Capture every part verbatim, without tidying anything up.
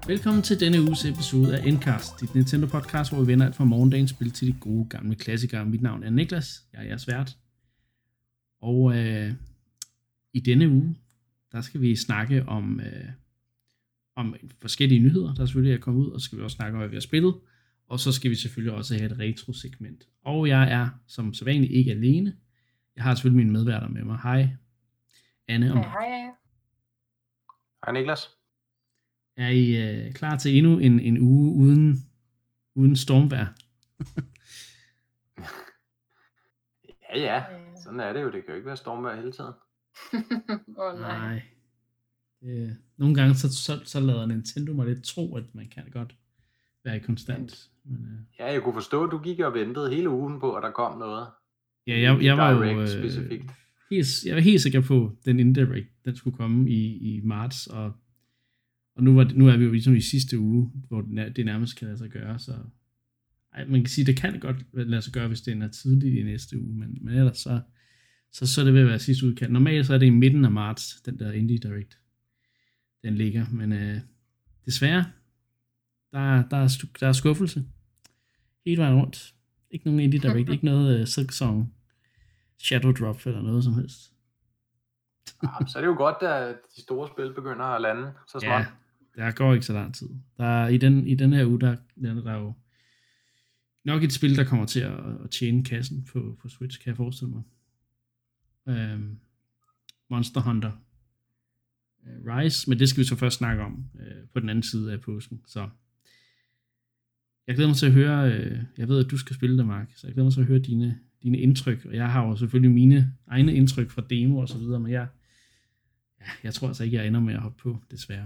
Velkommen til denne uges episode af Endcast, dit Nintendo podcast, hvor vi vender alt fra morgendagens spil til de gode gamle klassikere. Mit navn er Niklas, jeg er jeres vært. Og øh, i denne uge, der skal vi snakke om, øh, om forskellige nyheder, der selvfølgelig er kommet ud, og så skal vi også snakke om, hvad vi har spillet. Og så skal vi selvfølgelig også have et retro-segment. Og jeg er som sædvanligt ikke alene. Jeg har selvfølgelig mine medværter med mig. Hej, Anne og Mark. Hej, hej. Hej Niklas. Er I øh, klar til endnu en, en uge uden, uden stormvejr? ja, ja. Sådan er det jo. Det kan jo ikke være stormvejr hele tiden. Åh oh, nej. Nej. Det, nogle gange så, så, så lader Nintendo mig lidt tro, at man kan godt være konstant. Men, øh, ja, jeg kunne forstå, at du gik og ventede hele ugen på, at der kom noget. Ja, jeg, jeg var jo øh, specifikt. Helt, jeg var helt sikker på, at den Indirect, den skulle komme i, i marts, og, og nu, var det, nu er vi jo ligesom i sidste uge, hvor det nærmest kan lade sig gøre, så ej, man kan sige, det kan godt lade sig gøre, hvis det er tidligt i næste uge, men, men ellers så, så, så er det ved at være sidste udkald. Normalt så er det i midten af marts, den der Indie Direct, den ligger, men øh, desværre, der, der, er, der er skuffelse hele vejen rundt. Ikke nogen Indie Direct, ikke noget uh, Silk Song, Shadow Drop eller noget som helst. ja, så er det jo godt, at de store spil begynder at lande så snart. Ja, der går ikke så lang tid. Der er, i, den, I den her uge, der lander der jo nok et spil, der kommer til at, at tjene kassen på, på Switch, kan jeg forestille mig. Um, Monster Hunter uh, Rise, men det skal vi så først snakke om uh, på den anden side af påsken. Så jeg glæder mig til at høre, uh, jeg ved, at du skal spille det, Mark, så jeg glæder mig til at høre dine, dine indtryk, og jeg har jo selvfølgelig mine egne indtryk fra demo og så videre, men jeg, ja, jeg tror altså ikke, jeg ender med at hoppe på, desværre.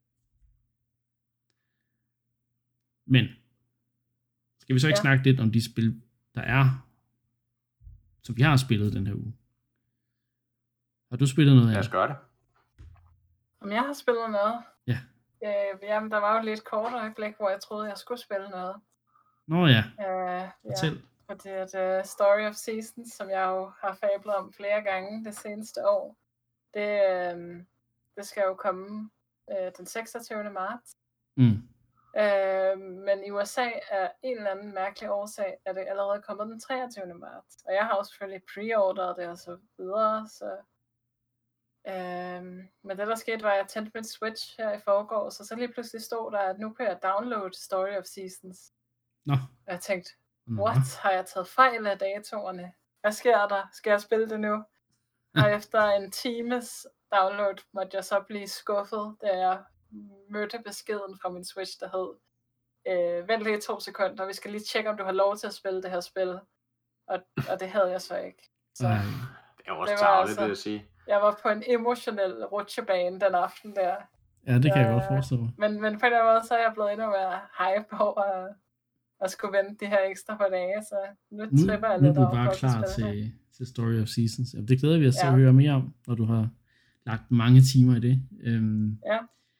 Men skal vi så ikke ja. snakke lidt om de spil, der er, som vi har spillet den her uge? Har du spillet noget af? Lad os gøre det. Om jeg har spillet noget? Ja. Øh, jamen, der var jo lidt kort øjeblik, hvor jeg troede, jeg skulle spille noget. Nå ja. Øh, Fortæl. Ja. Og det er The Story of Seasons, som jeg jo har fablet om flere gange det seneste år. Det, øh, det skal jo komme øh, den seksogtyvende marts. Mm. Øh, men i U S A er en eller anden mærkelig årsag, er det allerede kommet den treogtyvende marts. Og jeg har jo selvfølgelig pre-orderet det og så videre. Så. Øh, men det der skete var, at jeg tændte min Switch her i forgårs, så så lige pludselig stod der, at nu kan jeg downloade Story of Seasons. Nå. Og jeg tænkte, what? Har jeg taget fejl af datoerne? Hvad sker der? Skal jeg spille det nu? Og efter en times download måtte jeg så blive skuffet, da jeg mødte beskeden fra min Switch, der hed, øh, vent lige to sekunder, vi skal lige tjekke, om du har lov til at spille det her spil. Og, og det havde jeg så ikke. Så Ej. Det er også tarveligt, vil jeg sige. Jeg var på en emotionel rutsjebane den aften der. Ja, det kan jeg godt forestille mig. Men, men på en eller anden måde, så er jeg blevet endnu mere hype over at, at skulle vente de her ekstra par dage, så nu, nu tripper jeg lidt over. Nu er du bare klar til, til Story of Seasons. Jamen, det glæder vi os ja. til at høre mere om, når du har lagt mange timer i det. Øhm, ja.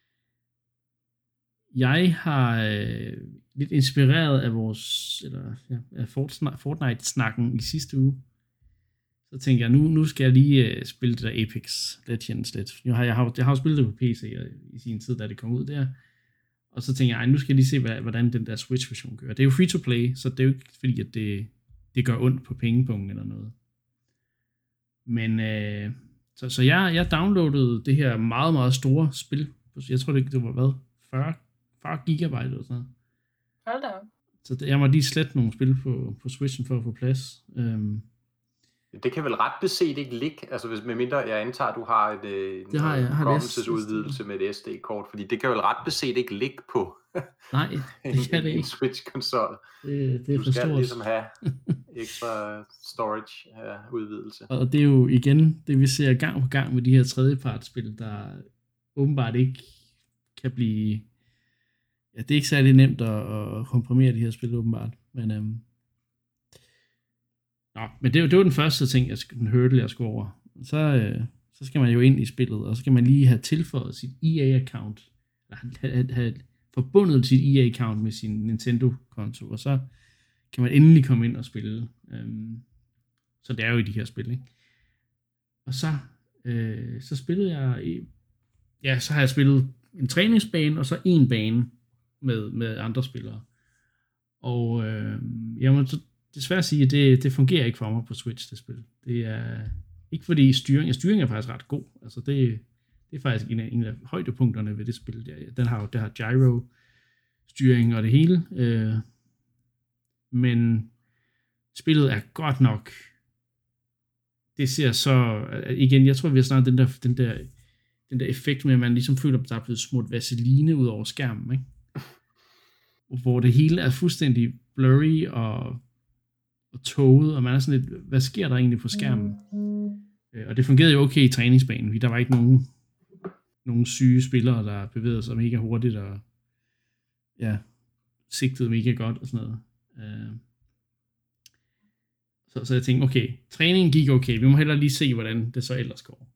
Jeg har øh, lidt inspireret af vores eller, ja, af Fortnite-snakken i sidste uge. Så tænker jeg, nu, nu skal jeg lige uh, spille det der Apex Legends lidt. Jeg har, jeg, har, jeg har jo spillet det på P C i sin tid, da det kom ud der. Og så tænker jeg, ej, nu skal jeg lige se, hvordan den der Switch-version gør. Det er jo free-to-play, så det er jo ikke fordi, at det, det gør ondt på pengepunkten eller noget. Men, øh, så, så jeg, jeg downloadede det her meget, meget store spil. Jeg tror, det, det var, hvad? fyrre, fyrre gigabyte eller sådan noget. Hold da. Så det, jeg må lige slette nogle spil på, på Switchen for at få plads. Um, Det kan vel ret beset ikke ligge, altså hvis med mindre jeg antager, at du har et det har jeg, hukommelsesudvidelse med et S D-kort, fordi det kan vel ret beset ikke ligge på Nej, det kan en, det ikke. en Switch-konsol. Det, det er du skal ligesom have ekstra storage-udvidelse. Og det er jo igen det, vi ser gang på gang med de her tredjepartsspil, der åbenbart ikke kan blive... Ja, det er ikke særlig nemt at, at komprimere de her spil, åbenbart. Men, øhm... Nå, men det, det var den første ting, jeg, den hurdle, jeg skulle over. Så, øh, så skal man jo ind i spillet, og så skal man lige have tilføjet sit E A-account, eller have, have forbundet sit E A-account med sin Nintendo-konto, og så kan man endelig komme ind og spille. Øhm, så det er jo i de her spil, ikke? Og så, øh, så spillede jeg, i, ja, så har jeg spillet en træningsbane, og så en bane med, med andre spillere. Og øh, jeg må desværre sige, at det, det fungerer ikke for mig på Switch, det spil. Det er ikke fordi styring, styring er faktisk ret god. Altså det, det er faktisk en af, en af højdepunkterne ved det spil. Den har jo det har gyro styring og det hele. Øh, men spillet er godt nok. Det ser så igen, jeg tror vi har snart den der den der den der effekt med at man ligesom føler at der er blevet smurt vaseline ud over skærmen, ikke? Hvor det hele er fuldstændig blurry og, og tåget, og man er sådan lidt, hvad sker der egentlig på skærmen? Mm. Og det fungerede jo okay i træningsbanen, fordi der var ikke nogen, nogen syge spillere, der bevægede sig mega hurtigt, og ja, sigtede mega godt og sådan noget. Så, så jeg tænkte, okay, træningen gik okay, vi må hellere lige se, hvordan det så ellers går.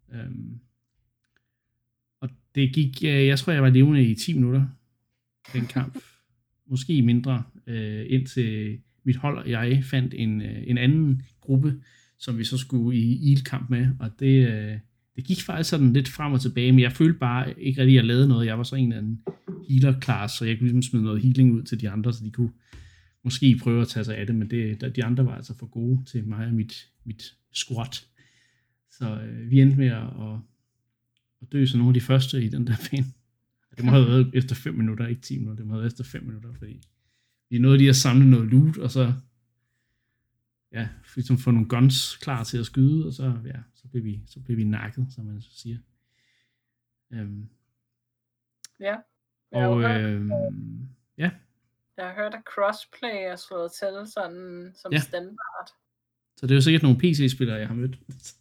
Og det gik, jeg tror, jeg var levende i ti minutter, den kamp. Måske mindre, øh, indtil mit hold og jeg fandt en, øh, en anden gruppe, som vi så skulle i ildkamp med, og det, øh, det gik faktisk sådan lidt frem og tilbage, men jeg følte bare ikke rigtig, at jeg lavede noget. Jeg var så en eller anden healer-class, så jeg kunne ligesom smide noget healing ud til de andre, så de kunne måske prøve at tage sig af det, men det, de andre var altså for gode til mig og mit, mit squat. Så øh, vi endte med at, at, at dø som nogle af de første i den der bane. Det må have været efter fem minutter, ikke ti minutter. Det må have været efter fem minutter, fordi vi nåede lige at samle noget loot, og så ja, ligesom få nogle guns klar til at skyde, og så, ja, så, blev, vi, så blev vi nakket, som man så siger. Um, ja. Og hørt, øhm, ja. Jeg har hørt, at crossplay er slået til sådan som ja. standard. Så det er jo sikkert nogle P C-spillere, jeg har mødt.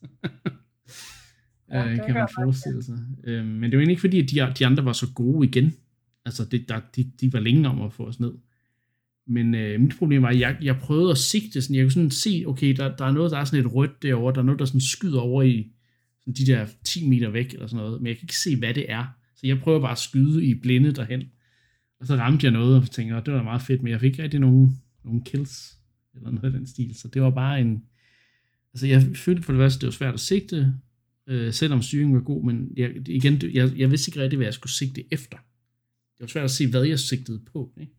Ja, øh, kan man forestille sig. Øh, men det var egentlig ikke fordi, at de, de andre var så gode igen. Altså, det, der, de, de var længe om at få os ned. Men øh, mit problem var, at jeg, jeg prøvede at sigte sådan, jeg kunne sådan se, okay, der, der er noget, der er sådan et rødt derovre, der er noget, der sådan skyder over i sådan de der ti meter væk, eller sådan noget, men jeg kan ikke se, hvad det er. Så jeg prøver bare at skyde i blinde derhen. Og så ramte jeg noget, og tænkte, det var meget fedt, men jeg fik ikke rigtig nogen, nogen kills, eller noget af den stil. Så det var bare en, altså jeg følte for det første, det var svært at sigte, øh, selvom styringen var god, men jeg, igen, jeg, jeg vidste ikke rigtig, hvad jeg skulle sigte efter. Det var svært at se, hvad jeg sigtede på, ikke?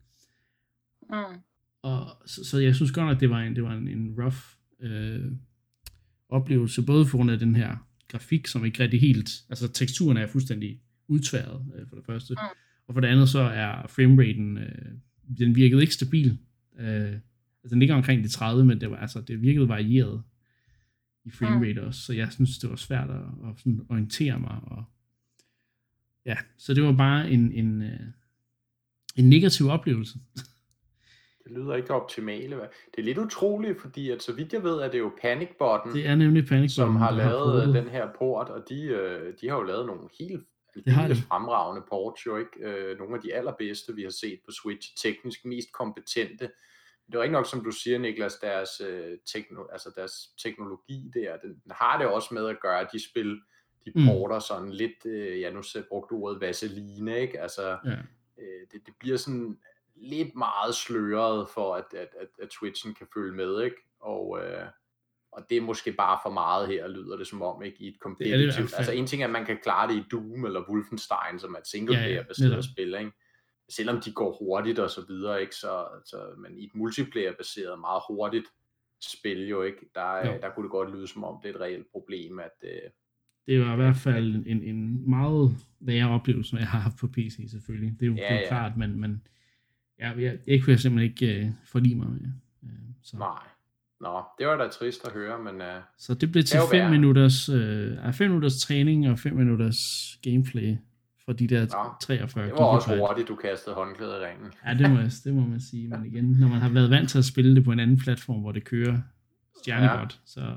Mm. Og så, så jeg synes godt nok, at det var en, det var en, en rough øh, oplevelse, både for grund af den her grafik, som ikke rigtig helt, altså teksturen er fuldstændig udtværet, øh, for det første, mm. og for det andet så er frameraten, øh, den virkede ikke stabil. Øh, altså den ligger omkring de tredive, men det var altså, det virkede varieret i framerate mm. også, så jeg synes, det var svært at, at sådan orientere mig, og ja, så det var bare en, en, øh, en negativ oplevelse. Det lyder ikke optimale. Det er lidt utroligt, fordi at så vidt jeg ved, at det er jo Panicbotton, det er nemlig Panicbotton, som har lavet har den her port, og de, de har jo lavet nogle helt fremragende ports, jo ikke øh, nogle af de allerbedste, vi har set på Switch, teknisk mest kompetente. Det er ikke nok, som du siger, Niklas, deres, øh, tekno, altså deres teknologi der, den har det også med at gøre, at de spil, de porter mm. sådan lidt, øh, ja nu har brugt ordet vaseline, ikke? Altså, ja. øh, det, det bliver sådan lidt meget sløret for, at, at, at, at Twitchen kan følge med, ikke? Og, øh, og det er måske bare for meget her, lyder det som om, ikke? I et kompetitivt. Altså en ting er, at man kan klare det i Doom eller Wolfenstein, som er et single-player-baseret ja, ja. spil, ikke? Selvom de går hurtigt og så videre, ikke? Så, så, men i et multiplayer-baseret, meget hurtigt spil jo, ikke? Der, jo. der kunne det godt lyde som om, det er et reelt problem, at... Øh, det var i hvert fald en, en meget værre oplevelse, jeg har haft på P C selvfølgelig. Det er jo, ja, det er jo ja. klart, men... men ja, jeg, jeg kunne simpelthen ikke øh, forlige mig med. Øh, så. Nej. Nå, det var da trist at høre, men... Øh, så det blev til fem minutters, øh, fem minutters træning og fem minutters gameplay for de der Nå, treogfyrre. Det var også hurtigt, du kastede håndklædet i ringen. Ja, det må, jeg, det må man sige. Men igen, når man har været vant til at spille det på en anden platform, hvor det kører stjernegodt, ja. så...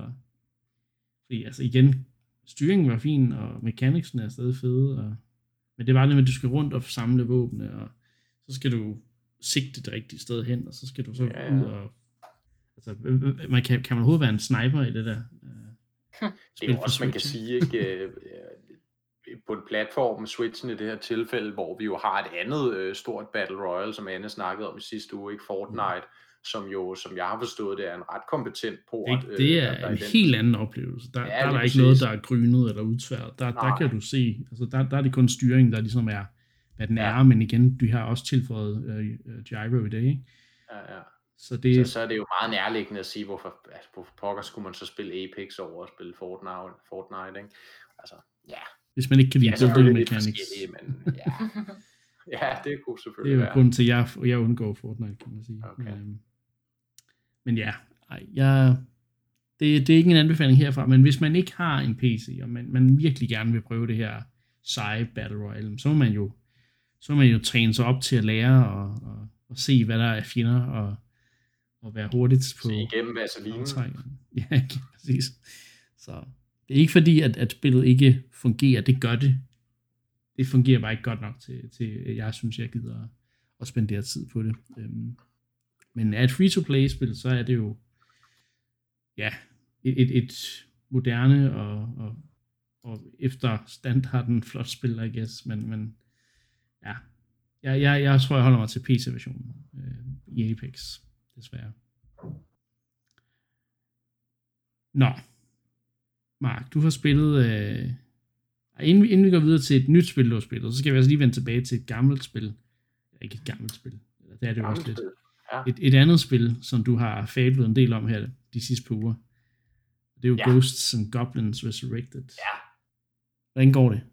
Fordi altså igen, styringen var fin, og mekaniksen er stadig fede, og... men det var det med, at du skal rundt og samle våbne, og så skal du sigte det rigtige sted hen, og så skal du så ja, ja. ud og... Altså, man kan, kan man overhovedet være en sniper i det der? Uh, det er jo også, man kan sige, ikke... på en platform, Switchen i det her tilfælde, hvor vi jo har et andet øh, stort Battle Royale, som Anne snakkede om i sidste uge, ikke? Fortnite, mm. som jo, som jeg har forstået, det er en ret kompetent port. Det, det er øh, der, der en den... helt anden oplevelse. Der, ja, der er der ikke noget, der er grynet eller udtværet. Der, der kan du se, altså der, der er det kun styringen, der ligesom er hvad den Ja. er, men igen, du har også tilføjet uh, gyro i det, ikke? Ja, ja. Så, det, så, så er det jo meget nærliggende at sige, hvorfor, altså, hvorfor pokker skulle man så spille Apex over at spille Fortnite, Fortnite ikke? Altså, ja. Hvis man ikke kan lide ja, building lidt mechanics. Men ja. ja, det kunne selvfølgelig Det er jo være. grunden til, at jeg, jeg undgår Fortnite, kan man sige. Okay. Men, øhm, men ja, ej, jeg, det, det er ikke en anbefaling herfra, men hvis man ikke har en P C, og man, man virkelig gerne vil prøve det her seje Battle Royale, så må man jo, så må man jo træne sig op til at lære og, og, og se, hvad der er fjender, og, og være hurtigt på... Se igennem vaseline. Ja, præcis. Så det er ikke fordi, at, at spillet ikke fungerer. Det gør det. Det fungerer bare ikke godt nok til, til jeg synes, jeg gider at, at spendere tid på det. Øhm, men er et free-to-play-spil, så er det jo ja, et, et, et moderne og, og, og efter standarden flot spil, I guess. Men, men ja, jeg, jeg, jeg tror, jeg holder mig til P C-versionen øh, i Apex, desværre. Nå, Mark, du har spillet... Øh, inden, vi, inden vi går videre til et nyt spil, du har spillet, så skal vi altså lige vende tilbage til et gammelt spil. Ikke et gammelt spil. Det er det jo også lidt. Ja. Et, et andet spil, som du har fablet en del om her de sidste par uger. Det er jo ja. Ghosts and Goblins Resurrected. Ja. Hvordan går det?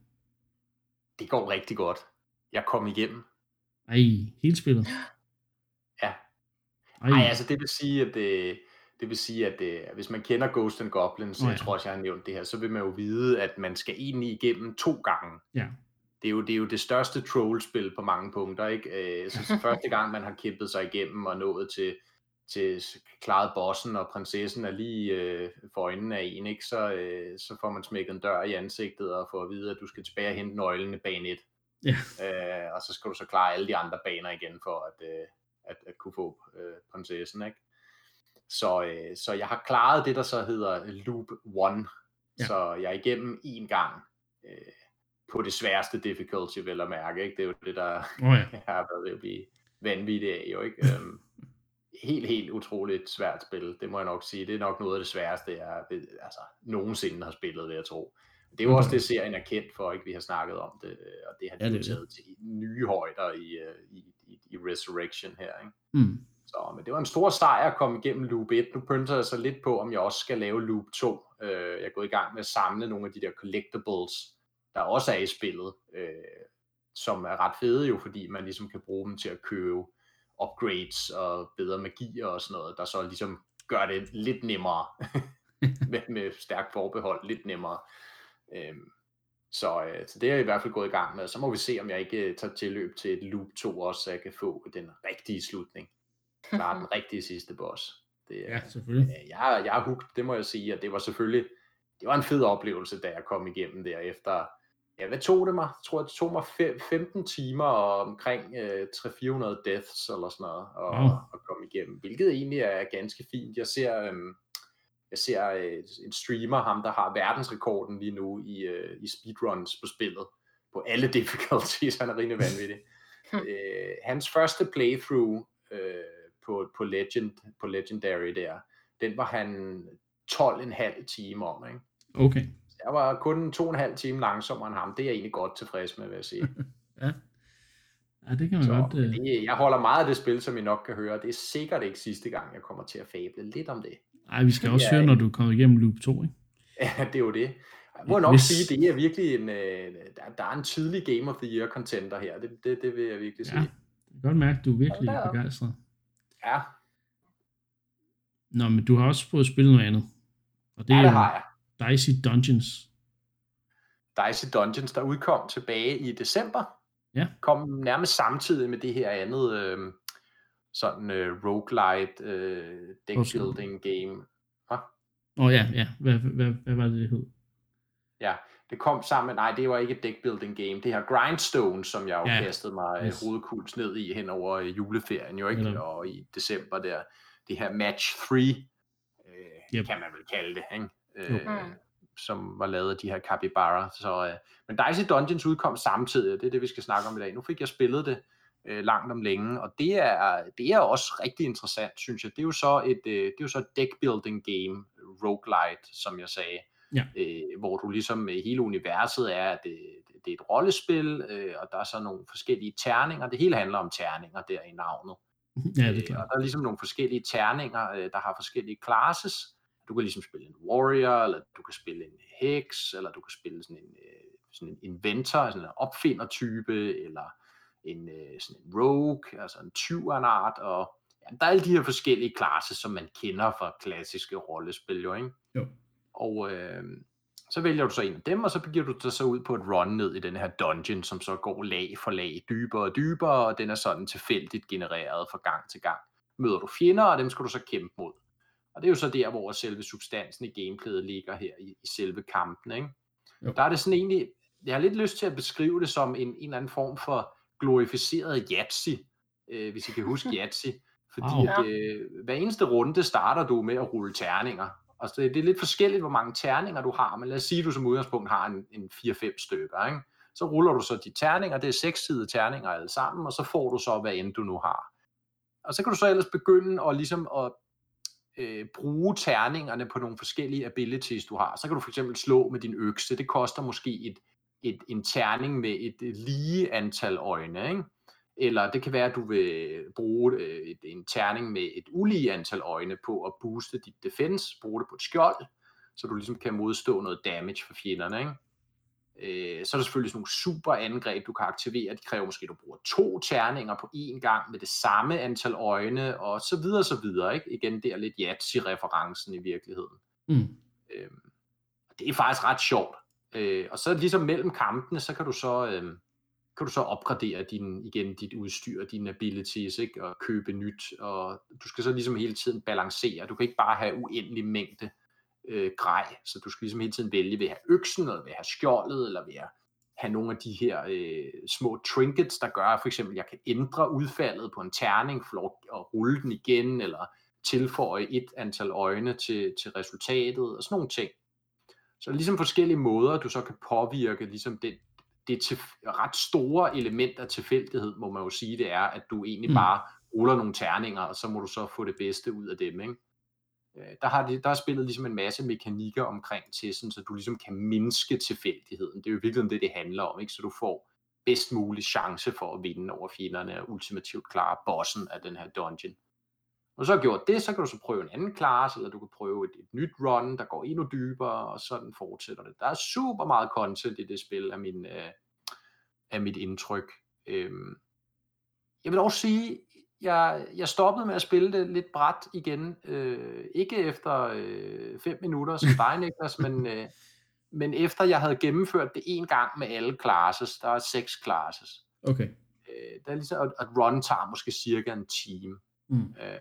Det går rigtig godt. Jeg kom igennem. Ej, hele spillet? Ja. Ej, Ej altså det vil sige, at det, det vil sige, at det, hvis man kender Ghosts and Goblins, oh, ja. Jeg tror også, jeg har nævnt det her, så vil man jo vide, at man skal egentlig igennem to gange. Ja. Det er jo det, er jo det største trollspil på mange punkter, ikke? Så, så første gang, man har kæmpet sig igennem og nået til, til klaret bossen, og prinsessen er lige øh, for øjnene af en, ikke? Så, øh, så får man smækket en dør i ansigtet og får at vide, at du skal tilbage og hente nøglen i bane et. Ja. Øh, og så skal du så klare alle de andre baner igen for at, øh, at, at kunne få øh, prinsessen, ikke? Så, øh, så jeg har klaret det, der så hedder Loop et, ja. Så jeg er igennem en gang øh, på det sværeste difficulty, vel at mærke, ikke? Det er jo det, der oh, ja. har været ved at blive vanvittigt af, jo, ikke? um, helt, helt utroligt svært spil, det må jeg nok sige. Det er nok noget af det sværeste, jeg altså, nogensinde har spillet, vil jeg tro. Det er jo okay. Også det, serien er kendt for, ikke? Vi har snakket om det, og det har de ja, det taget til nye højder i, i, i, i Resurrection her, ikke? Mm. Så, men det var en stor sejr at komme igennem Loop et. Nu pynter jeg så lidt på, om jeg også skal lave Loop to. Uh, jeg er gået i gang med at samle nogle af de der collectibles, der også er i spillet, øh, som er ret fede jo, fordi man ligesom kan bruge dem til at købe upgrades og bedre magier og sådan noget, der så ligesom gør det lidt nemmere, med, med stærkt forbehold, lidt nemmere. Øhm, så, øh, så det er jeg i hvert fald gået i gang med. Så må vi se, om jeg ikke tager tilløb til et Loop to også, så jeg kan få den rigtige slutning. Klare den rigtige sidste boss. Det, ja, selvfølgelig. Øh, jeg, jeg er hooked, det må jeg sige, og det var selvfølgelig, det var en fed oplevelse, da jeg kom igennem der efter. Ja, hvad tog det mig? Jeg tror, det tog mig femten timer og omkring øh, tre hundrede til fire hundrede deaths eller sådan noget at, oh. at komme igennem, hvilket egentlig er ganske fint. Jeg ser, øh, jeg ser øh, en streamer, ham der har verdensrekorden lige nu i, øh, i speedruns på spillet, på alle difficulties, han er rimelig vanvittig. øh, hans første playthrough øh, på, på, Legend, på Legendary der, den var han tolv og en halv time om, ikke? Okay. Jeg var kun to og en halv time langsommere end ham. Det er jeg egentlig godt tilfreds med, vil jeg sige. ja. ja, det kan man så, godt. Uh... Det, jeg holder meget af det spil, som I nok kan høre. Det er sikkert ikke sidste gang, jeg kommer til at fable lidt om det. Nej, vi skal også ja, høre, når du kommer igennem Loop to, ikke? Ja, det er jo det. Jeg må nok Hvis... sige, det er virkelig en, der, der er en tidlig Game of the Year contender her. Det, det, det vil jeg virkelig sige. Ja, jeg kan godt mærke, at du er virkelig ja, begejstret. Ja. Nå, men du har også prøvet at spille noget andet. Og det ja, er det har jeg. Dicey Dungeons. Dicey Dungeons, der udkom tilbage i december. Ja. Kom nærmest samtidig med det her andet øh, sådan øh, roguelite øh, deck building game. Åh oh, ja, ja. Hvad, hvad, hvad var det, det hed? Ja, det kom sammen. Nej, det var ikke et deck building game. Det her Grindstone, som jeg jo ja. kastede mig yes. hovedkuls ned i hen over juleferien, jo ikke? Eller... Og i december der. Det her Match tre, øh, yep. kan man vel kalde det, ikke? Øh, mm. Som var lavet af de her capybara. Så, øh, men Dicey Dungeons udkom samtidig, det er det, vi skal snakke om i dag. Nu fik jeg spillet det øh, langt om længe, og det er, det er også rigtig interessant, synes jeg. Det er jo så et, øh, det er jo så et deck building game, roguelite, som jeg sagde, ja. øh, hvor du ligesom, hele universet er, at det, det er et rollespil, øh, og der er så nogle forskellige terninger. Det hele handler om terninger der i navnet. Ja, det er Øh, klart. og der er ligesom nogle forskellige terninger, øh, der har forskellige classes. Du kan ligesom spille en warrior, eller du kan spille en heks, eller du kan spille sådan en, øh, sådan en inventor, sådan en opfinder-type, eller en, øh, sådan en rogue, altså en tyv af en art, og ja, der er alle de her forskellige classes, som man kender fra klassiske rollespil, jo, ikke? Jo. Og øh, så vælger du så en af dem, og så begiver du dig så ud på et run ned i den her dungeon, som så går lag for lag, dybere og dybere, og den er sådan tilfældigt genereret fra gang til gang. Møder du fjender, og dem skal du så kæmpe mod. Og det er jo så der, hvor selve substansen i gameplayet ligger her i, i selve kampen, ikke? Jo. Der er det sådan egentlig, jeg har lidt lyst til at beskrive det som en, en eller anden form for glorificeret Yahtzee, øh, hvis I kan huske Yahtzee. Fordi Wow. at, øh, hver eneste runde starter du med at rulle terninger. Altså det, det er lidt forskelligt, hvor mange terninger du har, men lad os sige, at du som udgangspunkt har en, en fire fem stykker, ikke? Så ruller du så de terninger, det er sekssidede terninger alle sammen, og så får du så, hvad end du nu har. Og så kan du så ellers begynde at, ligesom at øh, bruge terningerne på nogle forskellige abilities, du har. Så kan du for eksempel slå med din økse, det koster måske et, et, en terning med et, et lige antal øjne, ikke? Eller det kan være, at du vil bruge et, en terning med et ulige antal øjne på at booste dit defense, bruge det på et skjold, så du ligesom kan modstå noget damage for fjenderne, ikke? Øh, så er der selvfølgelig sådan nogle super angreb, du kan aktivere. De kræver måske, at du bruger to terninger på én gang med det samme antal øjne, og så videre, så videre, ikke? Igen, det er lidt Yahtzee-referencen i virkeligheden. Mm. Øh, det er faktisk ret sjovt. Øh, og så ligesom mellem kampene, så kan du så... Øh, kan du så opgradere din, igen dit udstyr, dine abilities, ikke? Og købe nyt, og du skal så ligesom hele tiden balancere. Du kan ikke bare have uendelig mængde øh, grej, så du skal ligesom hele tiden vælge, vil jeg have øksen, eller vil jeg have skjoldet, eller vil jeg have nogle af de her øh, små trinkets, der gør, for eksempel, at jeg kan ændre udfaldet på en terning, for at rulle den igen, eller tilføje et antal øjne til, til resultatet, og sådan nogle ting. Så ligesom forskellige måder, du så kan påvirke ligesom det, det til, ret store element af tilfældighed, må man jo sige, det er, at du egentlig mm. bare ruller nogle terninger, og så må du så få det bedste ud af dem, ikke? Der har, de, der har spillet ligesom en masse mekanikker omkring til, sådan, så du ligesom kan mindske tilfældigheden. Det er jo virkelig det, det handler om, ikke? Så du får bedst mulig chance for at vinde over fjenderne, og ultimativt klare bossen af den her dungeon. Når du så har gjort det, så kan du så prøve en anden class, eller du kan prøve et, et nyt run, der går endnu dybere, og sådan fortsætter det. Der er super meget content i det spil, af, min, øh, af mit indtryk. Øhm. Jeg vil dog sige, jeg, jeg stoppede med at spille det lidt brat igen. Øh, ikke efter øh, fem minutter som dig, Niklas, men, øh, men efter jeg havde gennemført det en gang med alle classes. Der er seks classes. Okay. Øh, der er ligesom, at, at run tager måske cirka en time. Mm. Øh,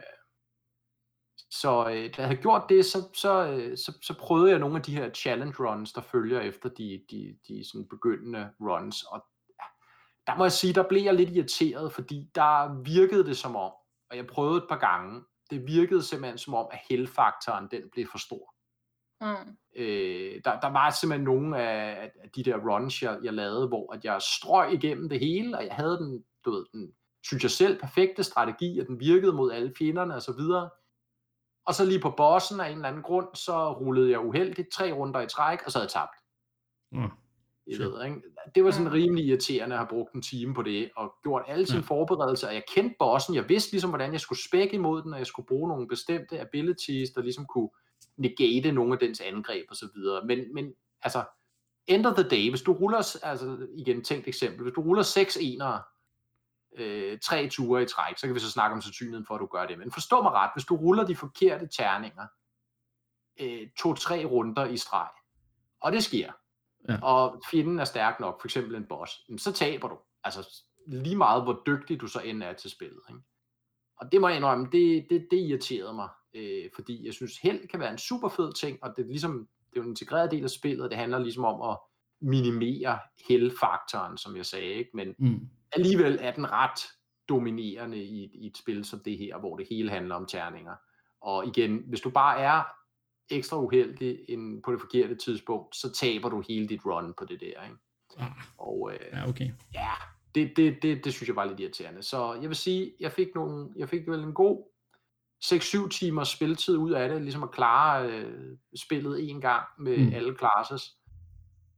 Så øh, da jeg havde gjort det, så, så, øh, så, så prøvede jeg nogle af de her challenge runs, der følger efter de, de, de sådan begyndende runs. Og der må jeg sige, der blev jeg lidt irriteret, fordi der virkede det som om, og jeg prøvede et par gange, det virkede simpelthen som om, at heldfaktoren, den blev for stor. Mm. Øh, der, der var simpelthen nogle af, af de der runs, jeg, jeg lavede, hvor at jeg strøg igennem det hele, og jeg havde den, du ved, den, synes jeg selv, perfekte strategi, og den virkede mod alle fjenderne og så videre. Og så lige på bossen af en eller anden grund, så rullede jeg uheldigt tre runder i træk, og så havde jeg tabt. Mm. Jeg ved, ikke? Det var sådan rimelig irriterende at have brugt en time på det, og gjort alle sine ja. forberedelser, og jeg kendte bossen, jeg vidste ligesom, hvordan jeg skulle spække imod den, og jeg skulle bruge nogle bestemte abilities, der ligesom kunne negate nogle af dens angreb og så videre. Men, men altså, end of the day, hvis du ruller, altså igen, tænkt eksempel, hvis du ruller seks enere, Øh, tre ture i træk, så kan vi så snakke om sandsynligheden for, at du gør det. Men forstå mig ret, hvis du ruller de forkerte terninger øh, to-tre runder i streg, og det sker, ja. og fjenden er stærk nok, for eksempel en boss, så taber du. Altså lige meget, hvor dygtig du så end er til spillet. Ikke? Og det må jeg indrømme, det, det, det irriterede mig, øh, fordi jeg synes, held kan være en super fed ting, og det er, ligesom, det er jo en integreret del af spillet, det handler ligesom om at minimere heldfaktoren, som jeg sagde, ikke? Men mm. alligevel er den ret dominerende i, i et spil som det her, hvor det hele handler om terninger. Og igen, hvis du bare er ekstra uheldig ind på det forkerte tidspunkt, så taber du hele dit run på det der, ikke? Ah. Og øh, ja, okay. Ja, det, det, det, det synes jeg var lidt irriterende. Så jeg vil sige, jeg fik, nogle, jeg fik vel en god seks syv timers spilletid ud af det, ligesom at klare øh, spillet en gang med mm. alle classes.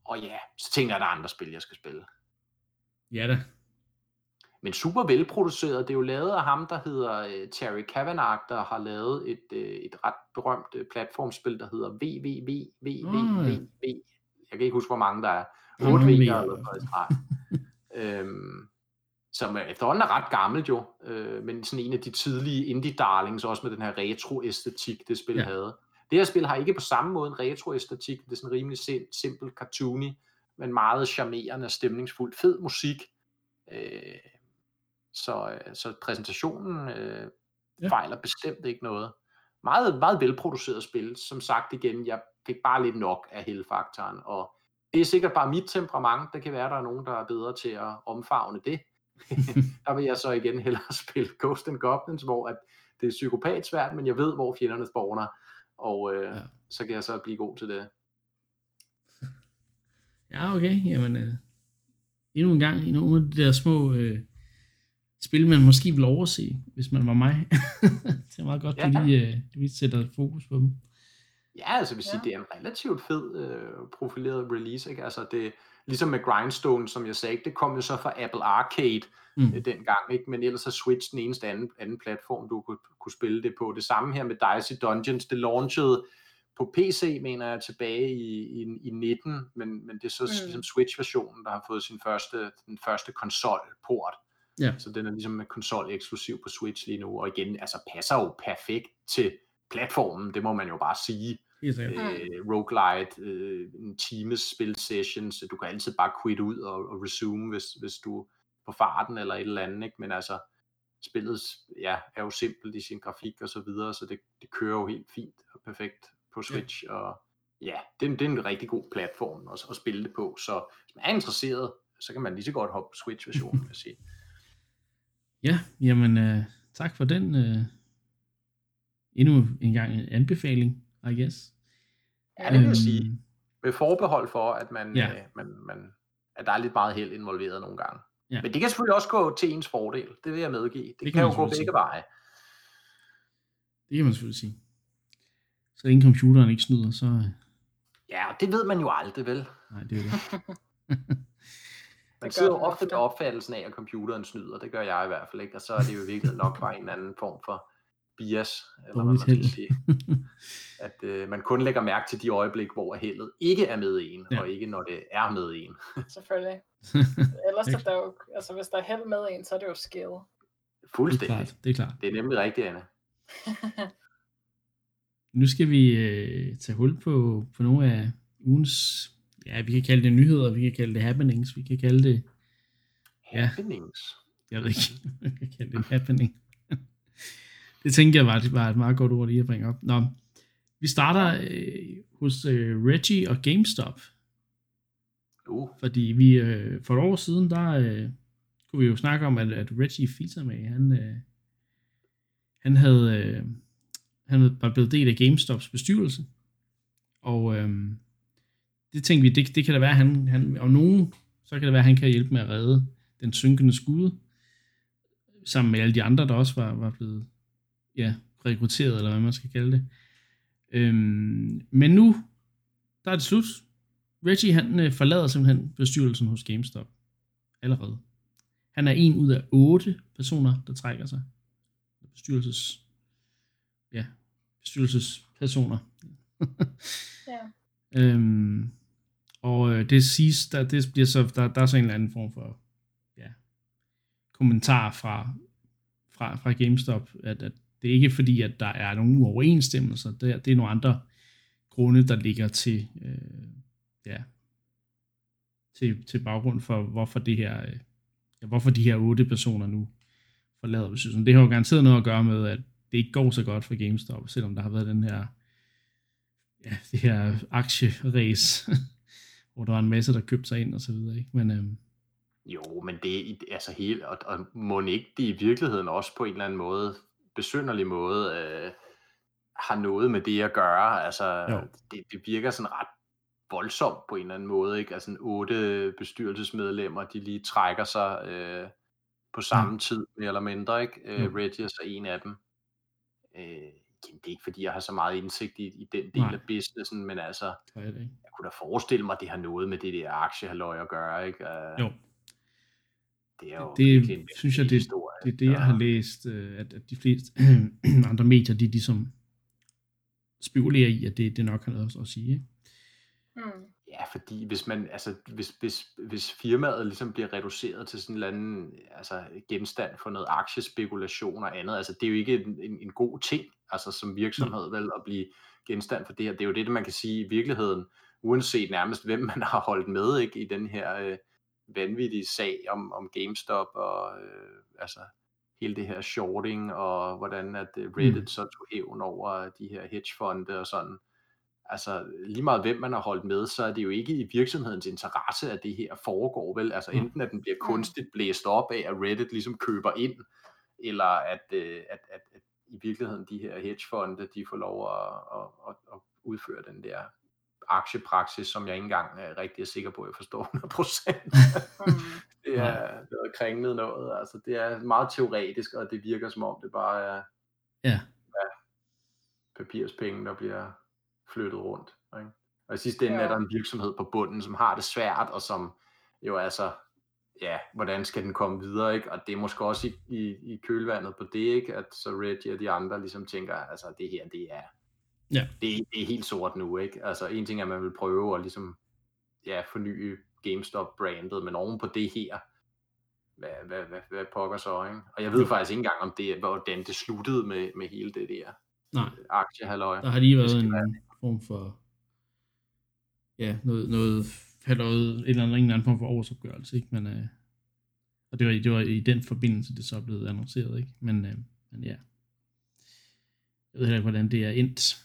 Og ja, så tænker jeg, at der er andre spil, jeg skal spille. Ja da. Men super velproduceret. Det er jo lavet af ham, der hedder uh, Terry Kavanagh, der har lavet et, uh, et ret berømt uh, platformspil, der hedder V V V V V V V. Jeg kan ikke huske, hvor mange der er. otte V'er eller noget streg. øhm, som efterhånden er ret gammelt jo, øh, men sådan en af de tidlige indie-darlings, også med den her retro-æstetik, det spil ja. havde. Det her spil har ikke på samme måde en retro-æstetik, det er sådan rimelig sim- simpel, cartoony, men meget charmerende, stemningsfuldt, fed musik. Øh, så, så præsentationen øh, ja. fejler bestemt ikke noget. Meget, meget velproduceret spil. Som sagt igen, jeg fik bare lidt nok af hældefaktoren, og det er sikkert bare mit temperament. Det kan være, der er nogen, der er bedre til at omfavne det. Der vil jeg så igen hellere spille Ghosts and Goblins, hvor at det er psykopat svært, men jeg ved, hvor fjenderne spawner, og øh, ja. så kan jeg så blive god til det. Ja, okay. Jamen, øh, endnu en gang i nogle af de der små øh, spil, man måske vil overse, hvis man var mig. Det er meget godt, ja. du lige, øh, du lige sætter fokus på dem. Ja, altså jeg vil sige, ja. det er en relativt fed øh, profileret release, ikke? Altså det, ligesom med Grindstone, som jeg sagde, det kom jo så fra Apple Arcade mm. øh, dengang, ikke? Men ellers er Switch den eneste anden, anden platform, du kunne, kunne spille det på. Det samme her med Dicey Dungeons, det launchede på P C, mener jeg, tilbage i, i, i nitten, men, men det er så mm. ligesom Switch-versionen, der har fået sin første, den første konsol-port. Ja. Så den er ligesom konsol-eksklusiv på Switch lige nu, og igen, altså passer jo perfekt til platformen, det må man jo bare sige. Øh, roguelite, øh, en times spil sessions, du kan altid bare quit ud og, og resume, hvis, hvis du er på farten eller et eller andet, ikke? Men altså, spillet ja, er jo simpelt i sin grafik og så videre, så det, det kører jo helt fint og perfekt på Switch, ja. og ja, det, det er en rigtig god platform at, at spille det på, så hvis man er interesseret, så kan man lige så godt hoppe på Switch-versionen, vil jeg sige. Ja, jamen øh, tak for den øh, endnu en gang en anbefaling, I guess. Ja, det vil jeg sige. Med forbehold for, at man, ja. øh, man, man at der er lidt meget held involveret nogle gange. Ja. Men det kan selvfølgelig også gå til ens fordel. Det vil jeg medgive. Det, det kan, kan jo gå begge sige. veje. Det kan man selvfølgelig sige. Så længe computeren ikke snyder, så... Ja, det ved man jo aldrig, vel? Nej, det er det. Man sidder jo ofte med opfattelsen af, at computeren snyder. Det gør jeg i hvert fald ikke. Og så er det jo virkelig nok bare en anden form for bias, eller hvad man skal sige. At øh, man kun lægger mærke til de øjeblik, hvor heldet ikke er med en, ja. og ikke når det er med en. Selvfølgelig. Ellers er der jo, altså hvis der er held med en, så er det jo skill. Fuldstændig. Det er klart. Det er, klart. Det er nemlig rigtigt, Anne. Nu skal vi øh, tage hul på, på nogle af ugens, ja, vi kan kalde det nyheder, vi kan kalde det happenings, vi kan kalde det... Ja, happenings? Jeg ved ikke, vi kan kalde det happening. Det tænker jeg var, var et meget godt ord lige at bringe op. Nå, vi starter øh, hos øh, Reggie og GameStop. Uh. Fordi vi øh, for et år siden, der øh, kunne vi jo snakke om, at, at Reggie Fils-Aimé, han, øh, han havde... Øh, han var blevet del af GameStops bestyrelse, og øhm, det tænkte vi, det, det kan da være, han, han, og nogen, så kan det være, at han kan hjælpe med at redde den synkende skude, sammen med alle de andre, der også var, var blevet ja, rekrutteret, eller hvad man skal kalde det. Øhm, men nu, der er det slut. Reggie, han øh, forlader simpelthen bestyrelsen hos GameStop allerede. Han er en ud af otte personer, der trækker sig. Bestyrelses ja, bestyrelsespersoner. Ja. øhm, og øh, det siges, der, det bliver så, der, der er så en eller anden form for ja, kommentar fra, fra, fra GameStop, at, at det er ikke fordi, at der er nogle uoverensstemmelser, det er, det er nogle andre grunde, der ligger til, øh, ja, til, til baggrund for, hvorfor det her, øh, ja, hvorfor de her otte personer nu forlader bestyrelsen. Det har jo garanteret noget at gøre med, at det ikke går så godt for GameStop, selvom der har været den her, ja, det her aktieræs, hvor der var en masse, der købte sig ind og så videre, ikke? Men, øhm... Jo, men det er altså helt, og, og må ikke det i virkeligheden også på en eller anden måde, besynderlig måde, øh, har noget med det at gøre, altså det, det virker sådan ret voldsomt på en eller anden måde, ikke? Altså otte bestyrelsesmedlemmer, de lige trækker sig øh, på samme ja. tid, mere eller mindre, ikke? Øh, Reggie er så en af dem. Øh, igen, det er ikke fordi, jeg har så meget indsigt i, i den del Nej. af businessen, men altså, Det er det ikke. jeg kunne da forestille mig, at det har noget med det der aktiehalløj at gøre, ikke? Uh, Jo. Det er jo Det, virkelig en det synes jeg, det, historie. det er det, jeg har og- læst, øh, at, at de fleste andre medier, de ligesom spekulerer i, at det, det nok har noget at sige. Ikke? Mm. Ja, fordi hvis man, altså, hvis, hvis, hvis firmaet ligesom bliver reduceret til sådan en eller anden, altså, genstand for noget aktiespekulation og andet, altså, det er jo ikke en, en, en god ting, altså, som virksomhed, vel, at blive genstand for det her. Det er jo det, man kan sige i virkeligheden, uanset nærmest, hvem man har holdt med, ikke, i den her øh, vanvittige sag om, om GameStop og, øh, altså, hele det her shorting, og hvordan at øh, Reddit Mm. så tog hævn over de her hedgefonde og sådan. Altså lige meget hvem man har holdt med, så er det jo ikke i virksomhedens interesse, at det her foregår, vel? Altså enten at den bliver kunstigt blæst op af, at Reddit ligesom køber ind, eller at, øh, at, at, at i virkeligheden de her hedgefonde, de får lov at, at, at, at udføre den der aktiepraksis, som jeg ikke engang er rigtig er sikker på, at jeg forstår hundrede procent. Det er noget kringlet noget, altså det er meget teoretisk, og det virker som om det bare er Ja. ja, papirspenge, der bliver flyttet rundt. Ikke? Og i sidste ende Ja. er der en virksomhed på bunden, som har det svært, og som jo altså, ja, hvordan skal den komme videre, ikke? Og det er måske også i, i, i kølvandet på det, ikke? At så Reggie og de andre ligesom tænker, altså det her, det er, Ja. det, det er helt sort nu, ikke? Altså en ting er, at man vil prøve at ligesom, ja, forny GameStop-brandet, men oven på det her, hvad, hvad, hvad, hvad pokker så, ikke? Og jeg ved Jo. faktisk ikke engang, om det, hvordan det sluttede med, med hele det der Nej. aktiehalløj. Der har lige Det været skal en være- form for, ja, noget, noget, noget en eller anden, en eller anden form for årsopgørelse, ikke? Men, øh, og det var, det var i den forbindelse, det så er blevet annonceret, ikke? Men, øh, men ja. Jeg ved heller ikke, hvordan det er endt.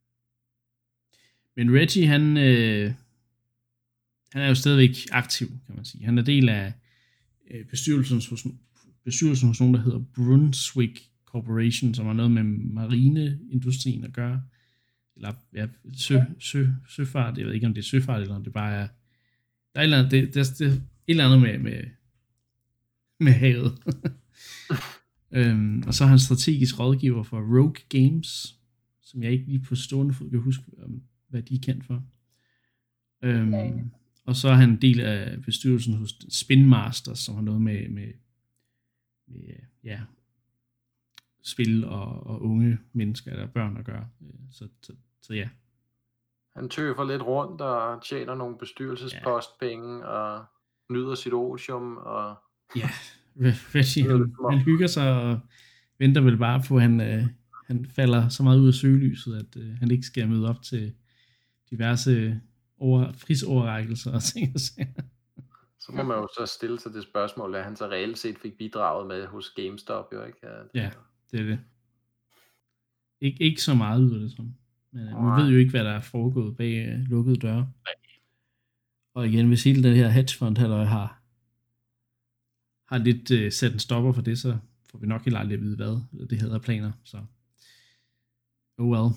Men Reggie, han, øh, han er jo stadigvæk aktiv, kan man sige. Han er del af øh, bestyrelsen, hos, bestyrelsen hos nogen, der hedder Brunswick Corporation, som har noget med marineindustrien at gøre. Eller ja, sø, sø, søfart. Jeg ved ikke, om det er søfart, eller om det bare er... Der er et eller andet, det, det, det, et eller andet med, med, med havet. øhm, og så er han strategisk rådgiver for Rogue Games, som jeg ikke lige på stående fod kan huske, hvad de er kendt for. Øhm, Ja. og så er han en del af bestyrelsen hos Spin Masters, som har noget med, med, med ja, spil og, og unge mennesker eller børn at gøre. Så, så, så ja. Han tøver lidt rundt og tjener nogle bestyrelsespostpenge og nyder sit otium og Ja, Reggie, han, han hygger sig og venter vel bare på, at han, øh, han falder så meget ud af søgelyset, at øh, han ikke skal møde op til diverse over, prisoverrækkelser og ting og sager. så må man jo så stille sig det spørgsmål, at han så reelt set fik bidraget med hos GameStop, jo ikke? Ja, Ja, det er det. Ik- ikke så meget ud af det som. Men øh, Nej. man ved jo ikke, hvad der er foregået bag øh, lukkede døre. Og igen, hvis hele den her hedgefond halløj har, har lidt øh, sat en stopper for det, så får vi nok helt aldrig at vide, hvad det hedder planer. Så oh well.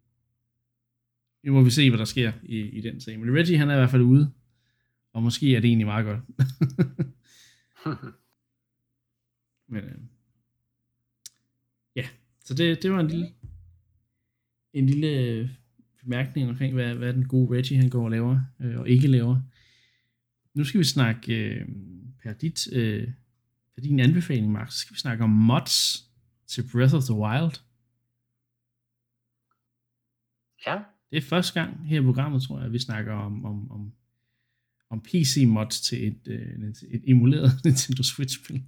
Nu må vi se, hvad der sker i, i den sag. Men Reggie, han er i hvert fald ude. Og måske er det egentlig meget godt. Men øh, ja, så det, det var en lille en lille øh, bemærkning omkring, hvad, hvad den gode Reggie han går og laver, øh, og ikke laver. Nu skal vi snakke øh, per, dit, øh, per din anbefaling, Mark, så skal vi snakke om mods til Breath of the Wild. ja. Det er første gang her i programmet, tror jeg, at vi snakker om, om, om, om P C-mods til et, øh, et emuleret Nintendo Switch-spil.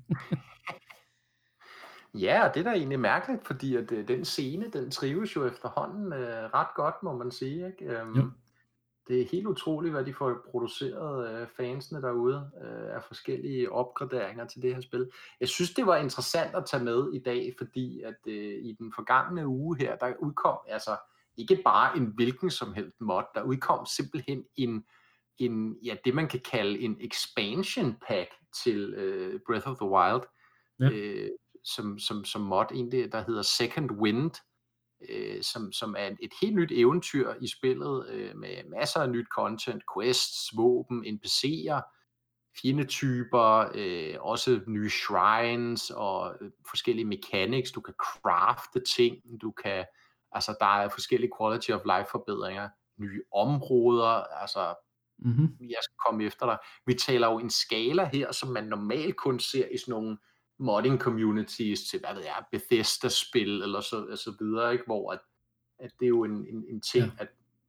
Ja, og det er da egentlig mærkeligt, fordi at øh, den scene, den trives jo efterhånden øh, ret godt, må man sige. Ikke? Øhm, Jo. det er helt utroligt, hvad de får produceret øh, fansene derude øh, af forskellige opgraderinger til det her spil. Jeg synes, det var interessant at tage med i dag, fordi at øh, i den forgangne uge her, der udkom altså ikke bare en hvilken som helst mod, der udkom simpelthen en, en ja, det man kan kalde en expansion pack til øh, Breath of the Wild, Ja. øh, som, som, som mod egentlig, der hedder Second Wind, øh, som, som er et helt nyt eventyr i spillet, øh, med masser af nyt content, quests, våben, N P C'er, fjendetyper, øh, også nye shrines og øh, forskellige mechanics. Du kan crafte ting, du kan Altså, der er forskellige quality of life forbedringer, nye områder, altså, Mhm. jeg skal komme efter dig. Vi taler jo en skala her, som man normalt kun ser i sådan nogle modding communities til, hvad ved jeg, Bethesda-spil eller så, og så videre, ikke? Hvor at, at det er jo en, en, en ting, Ja. at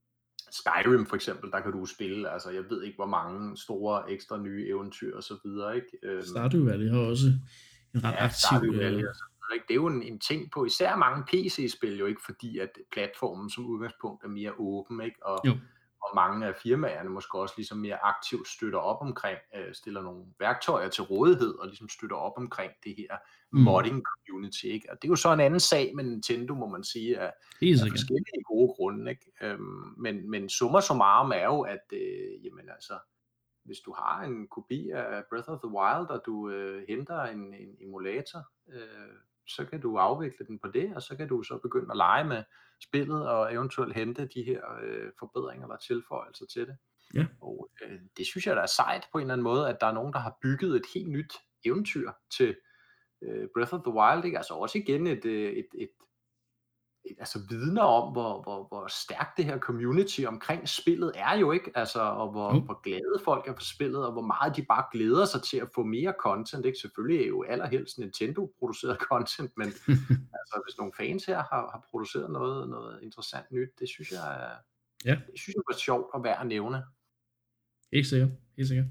Skyrim for eksempel, der kan du spille, altså jeg ved ikke, hvor mange store ekstra nye eventyr og så videre, ikke? Øhm, Stardew Valley har også en ret Ja, aktiv... Stardew Valley øh, og så videre, ikke? Det er jo en, en ting på især mange P C-spil jo ikke, fordi at platformen som udgangspunkt er mere åben, ikke? Og, Jo. og mange af firmaerne måske også ligesom mere aktivt støtter op omkring, øh, stiller nogle værktøjer til rådighed og ligesom støtter op omkring det her Mm. modding community, ikke? Og det er jo så en anden sag med Nintendo, må man sige, af, Helt af sikkert. forskellige gode grunde, ikke? Øhm, men, men summa summarum er jo, at øh, jamen altså, hvis du har en kopi af Breath of the Wild, og du øh, henter en, en emulator, øh, så kan du afvikle den på det, og så kan du så begynde at lege med spillet, og eventuelt hente de her øh, forbedringer eller tilføjelser til det. Ja. Og øh, det synes jeg, der er sejt på en eller anden måde, at der er nogen, der har bygget et helt nyt eventyr til øh, Breath of the Wild, ikke? Altså også igen et, øh, et, et altså vidner om, hvor, hvor, hvor stærkt det her community omkring spillet er jo, ikke? Altså, og hvor, Jo. hvor glade folk er for spillet, og hvor meget de bare glæder sig til at få mere content, ikke? Selvfølgelig er jo allerhelst Nintendo-produceret content, men altså, hvis nogle fans her har, har produceret noget, noget interessant nyt, det synes jeg, er, Ja. det synes jeg var sjovt og værd at nævne. Helt sikkert. Helt sikkert.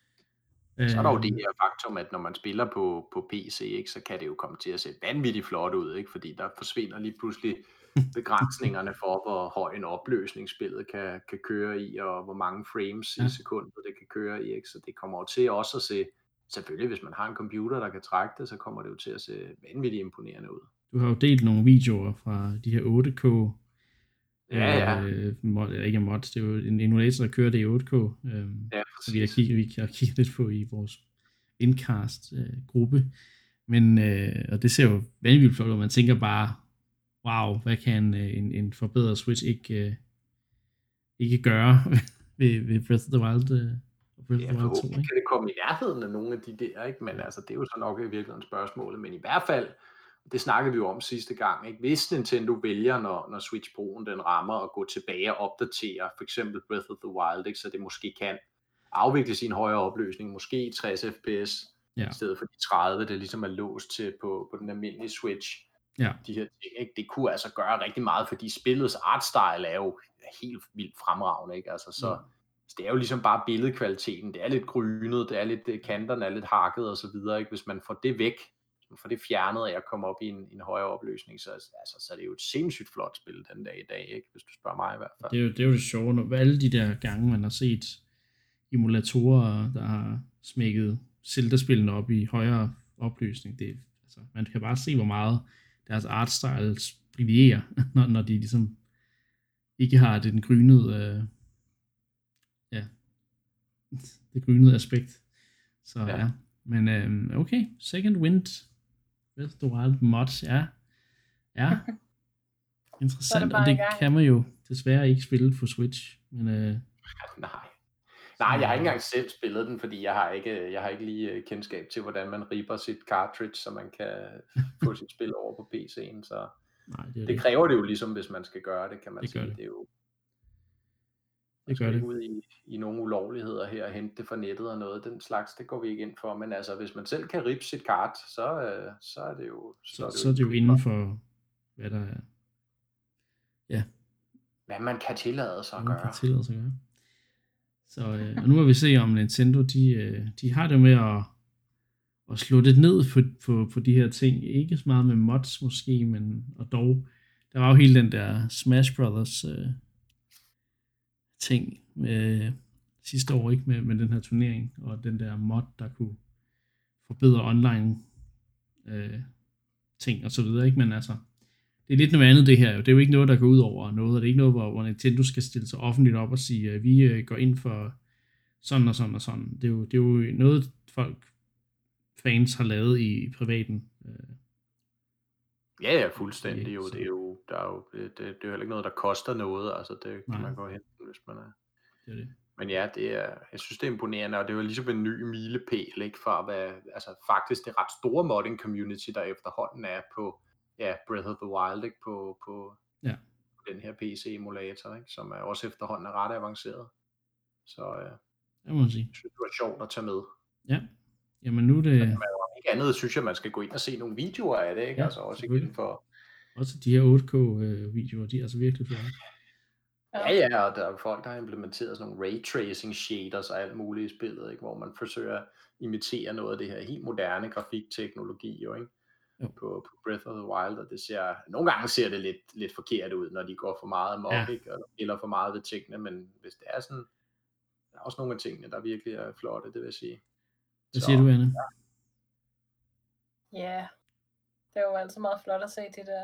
Så er der jo Øhm, det her faktum, at når man spiller på, på P C, ikke, så kan det jo komme til at se vanvittigt flot ud, ikke? Fordi der forsvinder lige pludselig begrænsningerne for, hvor høj en opløsning spillet kan, kan køre i, og hvor mange frames Ja. i sekundet det kan køre i, ikke? Så det kommer jo til også at se, selvfølgelig hvis man har en computer, der kan trække det, så kommer det jo til at se vanvittigt imponerende ud. Du har jo delt nogle videoer fra de her otte K. Ja, ja. Øh, mod, eller ikke mods, det er jo en emulator, der kører det i otte K. Øh, Ja, så vi har præcis. kigget, vi har kigget lidt på i vores Incast-gruppe. Men, øh, og det ser jo vanvittigt flot ud. Man tænker bare, wow, hvad kan øh, en, en forbedret Switch ikke, øh, ikke gøre ved, ved Breath of the Wild, øh, og Breath Ja, of the Wild to, forhåbentlig ikke? kan det komme i nærheden af nogle af de der, ikke? Men altså, det er jo så nok i virkeligheden spørgsmålet. Men i hvert fald, det snakkede vi jo om sidste gang, ikke? Hvis Nintendo vælger, når, når Switch Pro'en den rammer, at gå tilbage og opdatere for eksempel Breath of the Wild, ikke? Så det måske kan afvikle sin højere opløsning, måske i tres F P S, Ja. i stedet for de tredive, det ligesom er låst til på, på den almindelige Switch. Ja. De her ting, ikke? Det kunne altså gøre rigtig meget, fordi spillets artstyle er jo helt vildt fremragende, ikke? Altså, så Mm. så det er jo ligesom bare billedkvaliteten, det er lidt grynet, det er lidt, kanterne er lidt hakket og så videre, ikke? Hvis man får det væk, hvis man får det fjernet, og jeg kommer op i en, en højere opløsning, så, altså, så er det jo et sindssygt flot spil den dag i dag, ikke? Hvis du spørger mig i hvert fald. Det er jo det, er jo det sjove, når alle de der gange, man har set emulatorer, der har smækket Zelda-spillene op i højere opløsning, det, altså, man kan bare se, hvor meget deres artstyles brillerer, når, når de ligesom ikke har det den grynede, øh, ja, det grynede aspekt. Så ja, Ja. ja. Men øh, okay, Second Wind, Breath of the Wild mods, ja, ja, interessant, bare og i det gang. kan man jo desværre ikke spille på Switch, men øh, Nej. Nej, jeg har ikke engang selv spillet den, fordi jeg har ikke, jeg har ikke lige øh, kendskab til, hvordan man ripper sit cartridge, så man kan få sit spil over på P C'en, så nej, det er det det. kræver det jo ligesom, hvis man skal gøre det, kan man Det gør sige. det. Det er jo, Det man skal gør det. ikke ud i, i nogle ulovligheder her og hente det fra nettet og noget, den slags, det går vi ikke ind for, men altså, hvis man selv kan rippe sit kart, så, øh, så er det jo, Så, så er det jo inden for, hvad der er, ja, hvad man kan tillade sig at hvad man kan gøre. tillade sig at gøre. Så øh, og nu må vi se, om Nintendo, de, øh, de har det med at, at slå lidt ned på, på, på de her ting. Ikke så meget med mods måske, men og dog, der var jo hele den der Smash Brothers øh, ting øh, sidste år, ikke, med, med den her turnering, og den der mod, der kunne forbedre online øh, ting og så videre, ikke? Men altså, det er lidt noget andet det her, jo. Det er jo ikke noget, der går ud over noget, og det er ikke noget, hvor, hvor Nintendo skal stille sig offentligt op og sige, at vi øh, går ind for sådan og sådan og sådan. Det er jo, det er jo noget, folk, fans har lavet i, i privaten. Øh, Ja, ja, fuldstændig. Okay, Jo, så- det er jo, der er jo, det, det, det er jo heller ikke noget, der koster noget, altså det kan Nej. man gå hen, hvis man er. det er det. Men ja, det er, jeg synes, det er imponerende, og det er jo ligesom en ny milepæl, ikke, for hvad, altså faktisk det ret store modding community, der efterhånden er på, ja, Breath of the Wild, ikke, på, på Ja. Den her P C-emulator, ikke? Som er også efterhånden er ret avanceret. Så øh, det må man sige. Jeg synes, det var sjovt at tage med. Ja, jamen nu er det... Men jo ikke andet, synes jeg, man skal gå ind og se nogle videoer af det, ikke? Ja, altså også igen for... Også de her otte K-videoer, de er altså virkelig flotte. Ja, ja, og der er folk, der har implementeret sådan nogle ray tracing shaders og alt muligt i spillet, ikke? Hvor man forsøger at imitere noget af det her helt moderne grafikteknologi, jo, ikke? Jo. På, på Breath of the Wild, og det ser, nogle gange ser det lidt, lidt forkert ud, når de går for meget amok, ja. Ikke? Og eller for meget ved tingene, men hvis det er sådan, der er også nogle af tingene, der virkelig er flotte, det vil jeg sige. Hvad siger du, Anne? Ja, yeah. Det er jo altid meget flot at se de der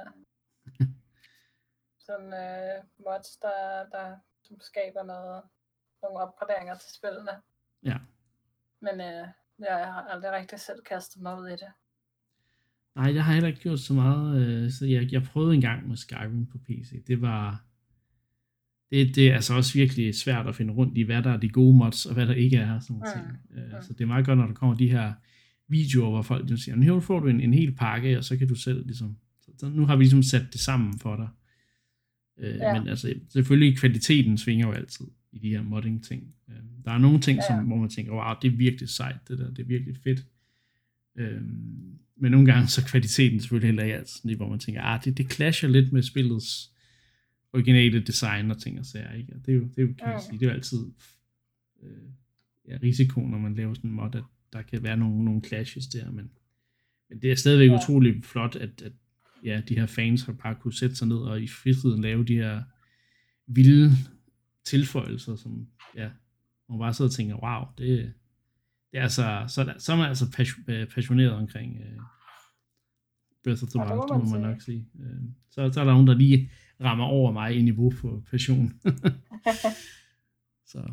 sådan øh, mods, der, der som skaber noget, nogle opgraderinger til spillene. Ja. Men øh, jeg har aldrig rigtig selv kastet mig ud i det. Nej, jeg har heller ikke gjort så meget, øh, så jeg, jeg prøvede en gang med Skyrim på P C. Det var, det, det er altså også virkelig svært at finde rundt i, hvad der er de gode mods, og hvad der ikke er, sådan nogle ting. Mm. Øh, mm. Så det er meget godt, når der kommer de her videoer, hvor folk siger, nu får du en, en hel pakke, og så kan du selv ligesom, så nu har vi ligesom sat det sammen for dig. Øh, ja. Men altså, selvfølgelig kvaliteten svinger jo altid i de her modding ting. Øh, der er nogle ting, ja. som, hvor man tænker, wow, det er virkelig sejt, det der, det er virkelig fedt. Øh, men nogle gange så kvaliteten selvfølgelig heller ikke altid, hvor man tænker, ah, det, det clasher lidt med spillets originale design og ting og sager, ikke? Og det er jo, det er jo, kan man sige, det er jo altid øh, ja, risiko, når man laver sådan en mod, at der kan være nogle, nogle clashes der, men, men det er stadigvæk ja. utrolig flot, at, at ja, de her fans har bare kunne sætte sig ned og i fritiden lave de her vilde tilføjelser, som ja, man bare sidder og tænker, wow, det, det er altså, så, så er man altså passioneret omkring uh, Breath of the Wild, ja, må man nok sige. Uh, så, så er der nogen, der lige rammer over mig i niveau for passion. Så.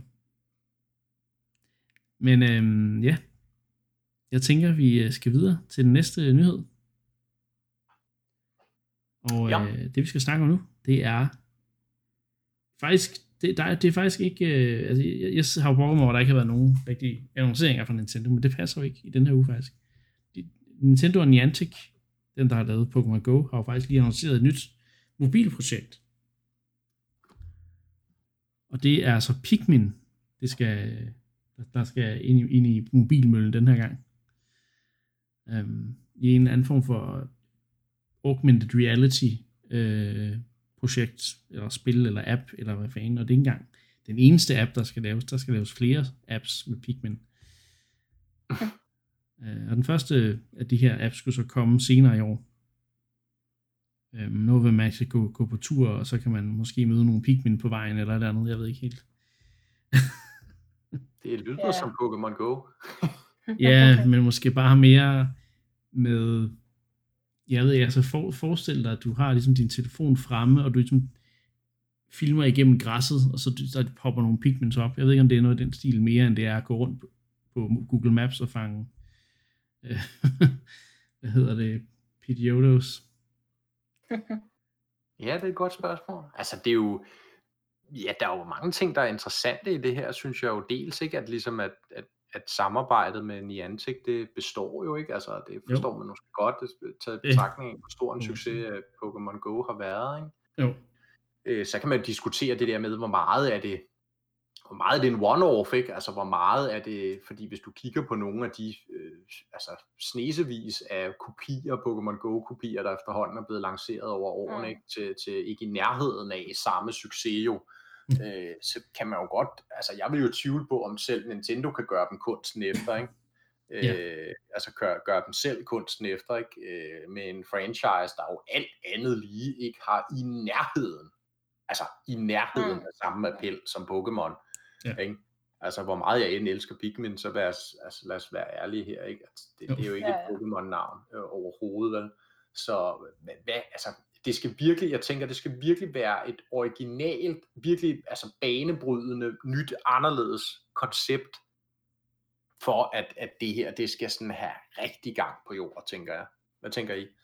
Men øhm, ja, jeg tænker, vi skal videre til den næste nyhed. Og ja. øh, det vi skal snakke om nu, det er faktisk, det, der, det er faktisk ikke, øh, altså jeg, jeg har jo brugt mig, hvor der ikke har været nogen rigtige annonceringer fra Nintendo, men det passer jo ikke i den her uge faktisk. De, Nintendo og Niantic, den der har lavet Pokémon Go, har jo faktisk lige annonceret et nyt mobilprojekt. Og det er altså Pikmin, det skal, der skal ind i, ind i mobilmøllen den her gang. Um, I en anden form for augmented reality øh, projekt, eller spil, eller app, eller hvad fanden, og det er ikke engang den eneste app, der skal laves. Der skal laves flere apps med Pikmin. uh, og den første af de her apps skulle så komme senere i år. Um, nu vil man skal gå, gå på tur, og så kan man måske møde nogle Pikmin på vejen, eller et eller andet, jeg ved ikke helt. Det lyder yeah. som Pokémon Go. Ja, men måske bare mere med, jeg ved ikke, altså for, forestil dig, at du har ligesom din telefon fremme, og du ligesom filmer igennem græsset, og så der popper nogle Pikmins op. Jeg ved ikke, om det er noget i den stil mere, end det er at gå rundt på, på Google Maps og fange, øh, hvad hedder det, Pidgeotos. Ja, det er et godt spørgsmål. Altså, det er jo, ja, der er jo mange ting, der er interessante i det her, synes jeg jo dels ikke, at ligesom at, at at samarbejdet med Niantic, det består jo ikke, altså det forstår jo. Man måske godt, det taget i betragtning af, hvor stor en succes Pokémon Go har været, ikke? Jo. Øh, så kan man diskutere det der med, hvor meget er det, hvor meget er det en one-off, ikke? Altså hvor meget er det, fordi hvis du kigger på nogle af de, øh, altså snesevis af kopier, Pokémon Go-kopier, der efterhånden er blevet lanceret over årene, mm. ikke? Til, til ikke i nærheden af samme succes jo, Øh, så kan man jo godt, altså jeg vil jo tvivle på, om selv Nintendo kan gøre dem kunsten efter, ikke? Øh, yeah. Altså gøre, gøre dem selv kunsten efter, ikke? Øh, med en franchise, der jo alt andet lige ikke har i nærheden, altså i nærheden mm. af samme appel som Pokémon, yeah. ikke? Altså hvor meget jeg end elsker Pikmin, så lad os, altså, lad os være ærlige her, ikke? Altså, det, det er jo ikke ja, ja. et Pokémon-navn øh, overhovedet, vel? Så hvad, altså det skal virkelig, jeg tænker, det skal virkelig være et originalt, virkelig altså banebrydende, nyt, anderledes koncept, for at, at det her, det skal sådan have rigtig gang på jord, tænker jeg. Hvad tænker I?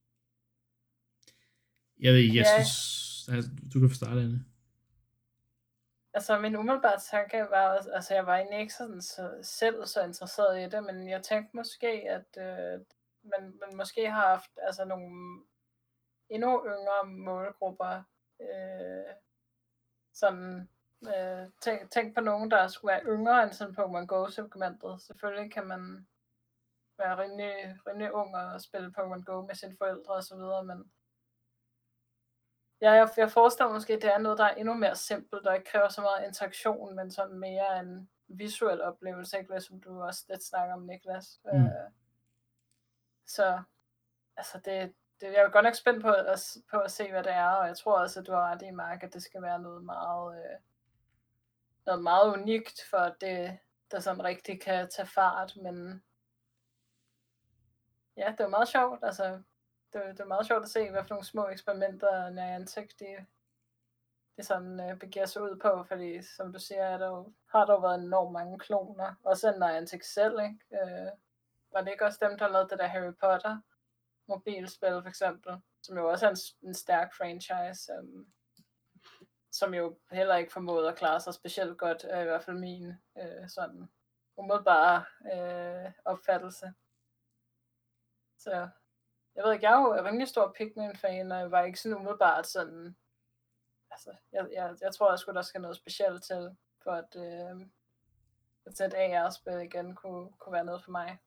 Jeg ved ikke, jeg synes, altså, du kan få starte, Anne. Altså min umiddelbare tanke var, altså jeg var egentlig ikke sådan så, selv så interesseret i det, men jeg tænkte måske, at øh, man, man måske har haft altså nogle endnu yngre målgrupper. Øh, sådan, øh, tænk, tænk på nogen, der skulle være yngre end sådan Pokémon Go-segmentet. Selvfølgelig kan man være rimelig, rimelig ung og spille Pokémon Go med sine forældre og så videre, men ja, jeg, jeg forestiller måske, at det er noget, der er endnu mere simpelt, og ikke kræver så meget interaktion, men sådan mere en visuel oplevelse, ikke? Som du også lidt snakker om, Niklas. Mm. Øh, så altså det, det, jeg er godt nok spændt på at, på at se, hvad det er, og jeg tror også, at du har ret i, Mark, at det skal være noget meget, øh, noget meget unikt, for at det der sådan rigtig kan tage fart, men ja, det er meget sjovt, altså det, det er meget sjovt at se, hvad for nogle små eksperimenter Niantic, de, de sådan øh, begiver sig ud på, fordi som du siger, er der jo, har der jo været enormt mange kloner, også Niantic selv, ikke? Øh, var det ikke også dem, der lavede det der Harry Potter mobilspil for eksempel, som jo også er en, en stærk franchise, um, som jo heller ikke formåede at klare sig specielt godt, øh, i hvert fald min øh, sådan umiddelbare øh, opfattelse. Så jeg ved ikke, jeg er jo rimelig stor Pikmin-fan, og jeg var ikke sådan umiddelbart sådan, altså, jeg, jeg, jeg tror, jeg skulle der skal noget specielt til, for at, øh, at et A R-spil igen kunne, kunne være noget for mig.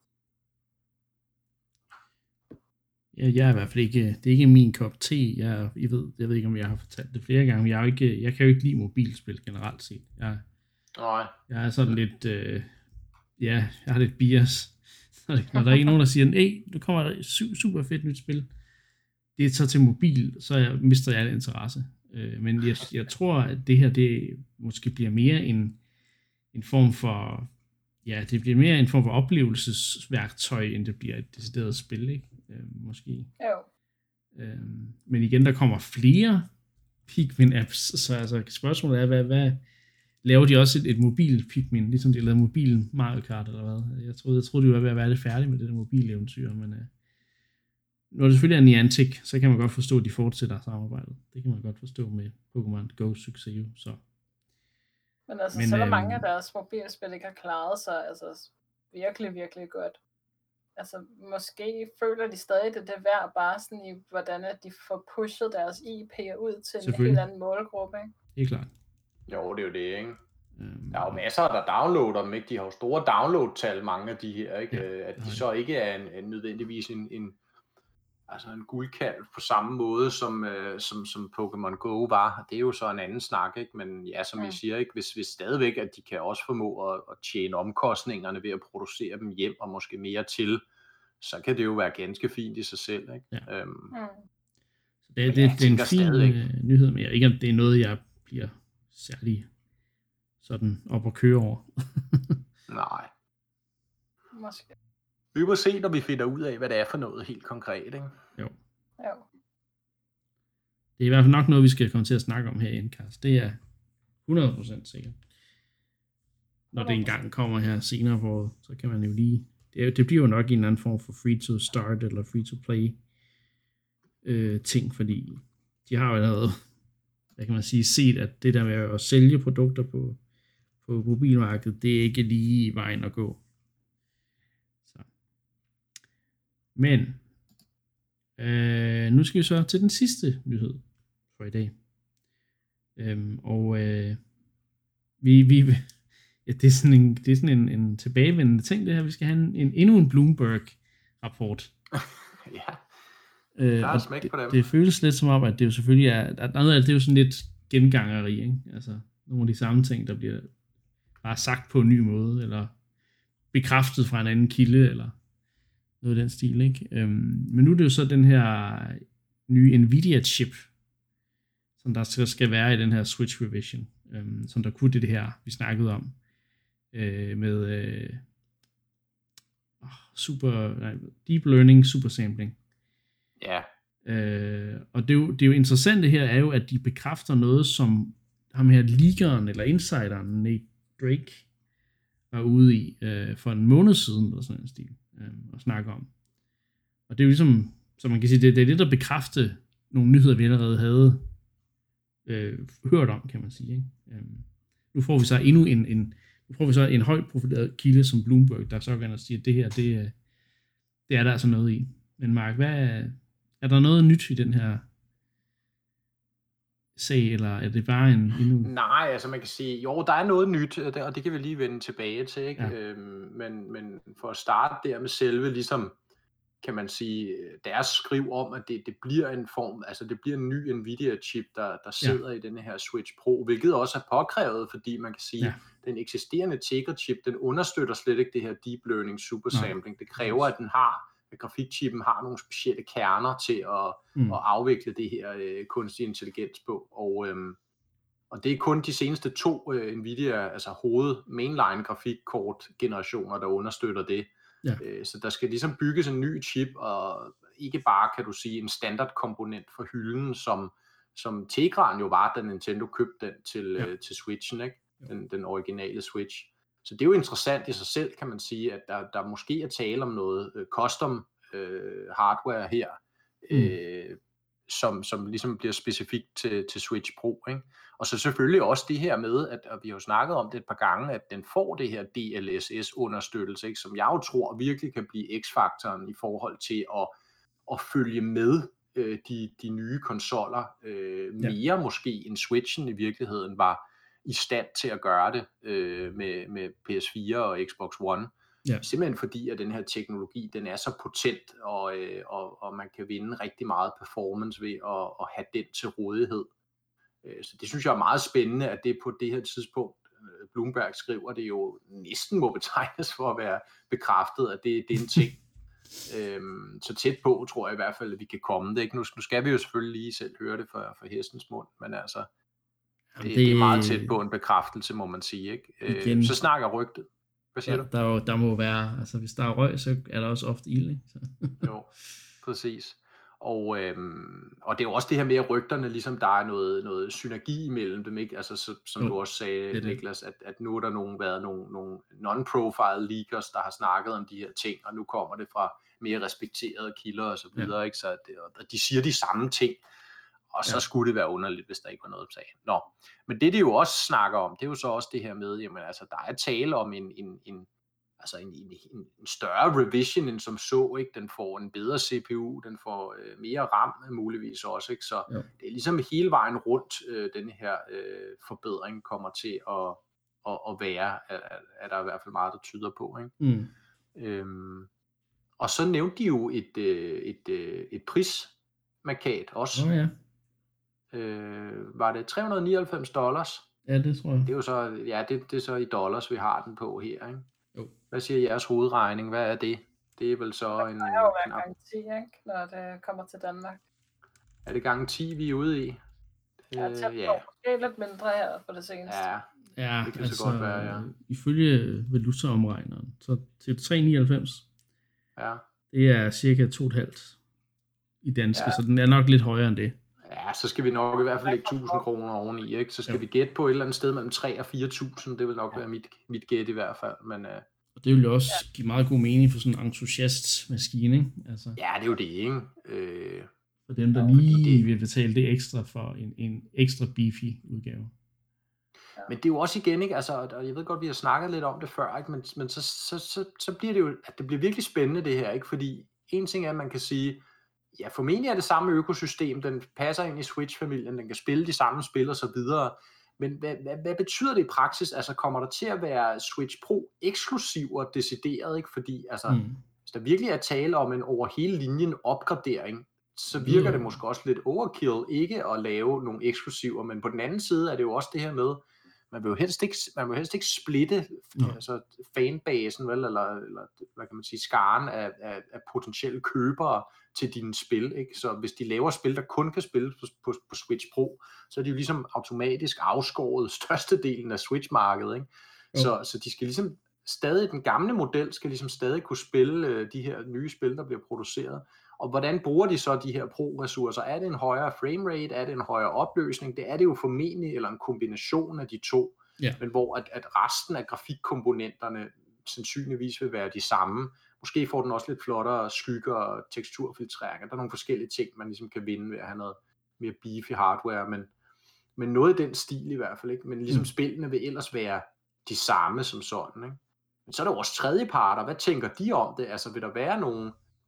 Ja, jeg er i hvert fald ikke, det er ikke min kop te. Jeg, jeg, ved, jeg ved ikke, om jeg har fortalt det flere gange, men jeg, er jo ikke, jeg kan jo ikke lide mobilspil generelt set. Jeg, Nej. jeg er sådan lidt, øh, ja, jeg har lidt bias. Når der er ikke nogen, der siger, hey, nu kommer der et super fedt nyt spil, det er så til mobil, så jeg, mister jeg al interesse. Øh, men jeg, jeg tror, at det her, det måske bliver mere en, en form for, ja, det bliver mere en form for oplevelsesværktøj, end det bliver et decideret spil, ikke? Øh, måske. Jo. Øh, men igen, der kommer flere Pikmin-apps, så altså, spørgsmålet er, hvad, hvad laver de også et, et mobil Pikmin, ligesom de lavede mobil Mario Kart, eller hvad? Jeg troede, jeg troede de var ved at være lidt færdige med det der mobileventyr, men øh, når det selvfølgelig er Niantic, så kan man godt forstå, at de fortsætter samarbejdet. Det kan man godt forstå med Pokémon Go-succes, så. Men altså, men, selvom øh, mange af deres mobilspil ikke har klaret sig, altså virkelig, virkelig godt. Altså, måske føler de stadig, det er værd bare sådan i, hvordan at de får pushet deres I P'er ud til en helt anden målgruppe, ikke? Helt klart. Jo, det er jo det, ikke? Um, der er jo masser, der downloader dem, ikke? De har jo store download-tal, mange af de her, ikke? Ja, at de nej. Så ikke er en, en nødvendigvis en, en, altså en guldkalv på samme måde, som, uh, som, som Pokémon Go var. Det er jo så en anden snak, ikke? Men ja, som mm. I siger, ikke? Hvis, hvis stadigvæk, at de kan også formå at, at tjene omkostningerne ved at producere dem hjem, og måske mere til, så kan det jo være ganske fint i sig selv, ikke? Ja. Um, mm. Så det, det, det, det er en fin stadigvæk. nyhed, men jeg ikke, om det er noget, jeg bliver særlig sådan op og køre over. Nej. Måske. Vi må se, når vi finder ud af, hvad det er for noget helt konkret, ikke? Jo. Jo. Det er i hvert fald nok noget, vi skal komme til at snakke om her i Endcast. Det er hundrede procent sikkert. Når det engang kommer her senere på året, så kan man jo lige... Det, er, det bliver jo nok en eller anden form for free-to-start eller free-to-play øh, ting, fordi de har jo allerede, hvad kan man sige, set, at det der med at sælge produkter på, på mobilmarkedet, det er ikke lige i vejen at gå. Så. Men øh, nu skal vi så til den sidste nyhed for i dag. Øhm, og øh, vi, vi, ja, det er sådan, en, det er sådan en, en tilbagevendende ting, det her. Vi skal have en, en, endnu en Bloomberg-rapport. Ja. Øh, der er smæk på dem. Det, det føles lidt som om, at det jo selvfølgelig er, at noget af det er jo sådan lidt gengangeri, ikke? Altså nogle af de samme ting, der bliver bare sagt på en ny måde, eller bekræftet fra en anden kilde, eller noget af den stil, ikke? Øhm, men nu er det jo så den her nye Nvidia-chip, som der skal være i den her Switch Revision, øhm, som der kunne det, det her, vi snakkede om, øh, med øh, super, nej, deep learning, super sampling. Ja. Øh, og det er, jo, det er jo interessante her, er jo, at de bekræfter noget, som ham her leakeren, eller insideren, Nate Drake, var ude i øh, for en måned siden, eller sådan en stil, øh, og snakke om. Og det er jo ligesom, så man kan sige, det, det er det, der bekræfter nogle nyheder, vi allerede havde øh, hørt om, kan man sige. Ikke? Øh, nu får vi så endnu en, en, nu får vi så en højt profileret kilde som Bloomberg, der så kan sige, at det her, det, det er der altså noget i. Men Mark, hvad er, er der noget nyt i den her sag, eller er det bare en endnu... Nej, altså man kan sige, jo, der er noget nyt, og det kan vi lige vende tilbage til, ikke? Ja. Øhm, men, men for at starte der med selve, ligesom, kan man sige, deres skriv om, at det, det bliver en form, altså det bliver en ny Nvidia-chip, der, der sidder ja. i denne her Switch Pro, hvilket også er påkrævet, fordi man kan sige, ja. den eksisterende Tegra-chip, den understøtter slet ikke det her deep learning supersampling. Det kræver, at den har, at grafikchippen har nogle specielle kerner til at, mm. at afvikle det her øh, kunstig intelligens på, og øhm, Og det er kun de seneste to øh, Nvidia, altså hoved mainline grafikkort generationer, der understøtter det. Ja. Øh, så der skal ligesom bygges en ny chip, og ikke bare, kan du sige, en standardkomponent for hylden, som, som Tegraen jo var, da Nintendo købte den til, ja. øh, til Switchen, ikke? Den, den originale Switch. Så det er jo interessant i sig selv, kan man sige, at der, der måske er tale om noget øh, custom øh, hardware her, mm. øh, som, som ligesom bliver specifikt til, til Switch Pro, ikke? Og så selvfølgelig også det her med, at og vi har jo snakket om det et par gange, at den får det her D L S S-understøttelse, ikke? Som jeg jo tror virkelig kan blive X-faktoren i forhold til at, at følge med øh, de, de nye konsoller, øh, mere ja. måske end Switchen i virkeligheden var i stand til at gøre det øh, med, med P S fire og Xbox One. Ja. Simpelthen fordi, at den her teknologi, den er så potent, og, øh, og, og man kan vinde rigtig meget performance ved at, at have den til rådighed. Øh, så det synes jeg er meget spændende, at det på det her tidspunkt, øh, Bloomberg skriver, det jo næsten må betegnes for at være bekræftet, at det, det er en ting. øhm, så tæt på, tror jeg i hvert fald, at vi kan komme det. Ikke? Nu, nu skal vi jo selvfølgelig lige selv høre det fra, fra hestens mund, men altså, det, det, det er meget tæt på en bekræftelse, må man sige. Ikke? Øh, så snakker rygtet. Hvad siger ja, du? Der, jo, der må være, altså hvis der er røg, så er der også ofte ild, ikke? Så. Jo, præcis. Og, øhm, og det er jo også det her med, at rygterne, ligesom der er noget, noget synergi imellem dem, ikke? Altså så, som jo, du også sagde, det Niklas, at, at nu er der nogen, været nogle, nogle non-profile leakers, der har snakket om de her ting, og nu kommer det fra mere respekterede kilder og så videre, ja. ikke? Så det, og de siger de samme ting, og så ja. skulle det være underligt, hvis der ikke var noget på sagen. Nå, men det de jo også snakker om, det er jo så også det her med, jamen altså, der er tale om en, en, en altså en, en, en større revision end som så, ikke? Den får en bedre C P U, den får øh, mere RAM muligvis også, ikke? Så ja. det er ligesom hele vejen rundt, øh, den her øh, forbedring kommer til at, at, at være, at, at der er i hvert fald meget, der tyder på, ikke? Mm. Øhm, og så nævnte de jo et, øh, et, øh, et prismarkat også. Oh, ja. øh, var det tre hundrede og nioghalvfems dollars? Ja, det tror jeg. Det er jo så, ja, det, det er så i dollars, vi har den på her, ikke? Jo. Hvad siger jeres hovedregning? Hvad er det? Det er vel så det en... Det er jo en garanti, ikke? Når det kommer til Danmark. Er det gang ti, vi er ude i? Ja, tæt på. Ja. Det er lidt mindre her på det seneste. Ja, ja det kan altså, så godt være, ja. Ifølge valutaomregneren, så til tre komma nioghalvfems, ja. det er cirka to komma fem i danske, ja. Så den er nok lidt højere end det. Ja, så skal vi nok i hvert fald lægge tusind kroner oveni, ikke? Så skal ja. vi gætte på et eller andet sted mellem tre og fire tusind, det vil nok ja. være mit, mit gæt i hvert fald, men... Uh... Og det vil jo også ja. give meget god mening for sådan en entusiast-maskine, ikke? Altså, ja, det er jo det, ikke? Øh... For dem, der ja, lige det... vil betale det ekstra for en, en ekstra beefy udgave. Ja. Men det er jo også igen, ikke? Altså, og jeg ved godt, vi har snakket lidt om det før, ikke? Men, men så, så, så, så bliver det jo, at det bliver virkelig spændende det her, ikke? Fordi en ting er, at man kan sige, ja, formentlig er det samme økosystem, den passer ind i Switch-familien, den kan spille de samme spil og så videre, men hvad, hvad, hvad betyder det i praksis? Altså kommer der til at være Switch Pro eksklusiv og decideret, ikke? Fordi altså, mm. hvis der virkelig er tale om en over hele linjen opgradering, så virker mm. det måske også lidt overkill ikke at lave nogle eksklusiver, men på den anden side er det jo også det her med, man vil jo helst ikke, man vil helst ikke splitte mm. altså fanbasen, vel, eller, eller hvad kan man sige, skaren af, af, af potentielle købere til dine spil, ikke? Så hvis de laver spil, der kun kan spilles på, på, på Switch Pro, så er de jo ligesom automatisk afskåret størstedelen af Switch-markedet, ikke? Mm. Så, så de skal ligesom stadig, den gamle model skal ligesom stadig kunne spille øh, de her nye spil, der bliver produceret. Og hvordan bruger de så de her pro-ressourcer? Er det en højere framerate? Er det en højere opløsning? Det er det jo formentlig, eller en kombination af de to. Yeah. Men hvor at, at resten af grafikkomponenterne sandsynligvis vil være de samme. Måske får den også lidt flottere skygger og teksturfiltreringer. Der er nogle forskellige ting, man ligesom kan vinde ved at have noget mere beefy hardware. Men, men noget i den stil i hvert fald, ikke? Men ligesom mm. spillene vil ellers være de samme som sådan, ikke? Men så er der jo også tredjeparter. Hvad tænker de om det? Altså vil der være nogle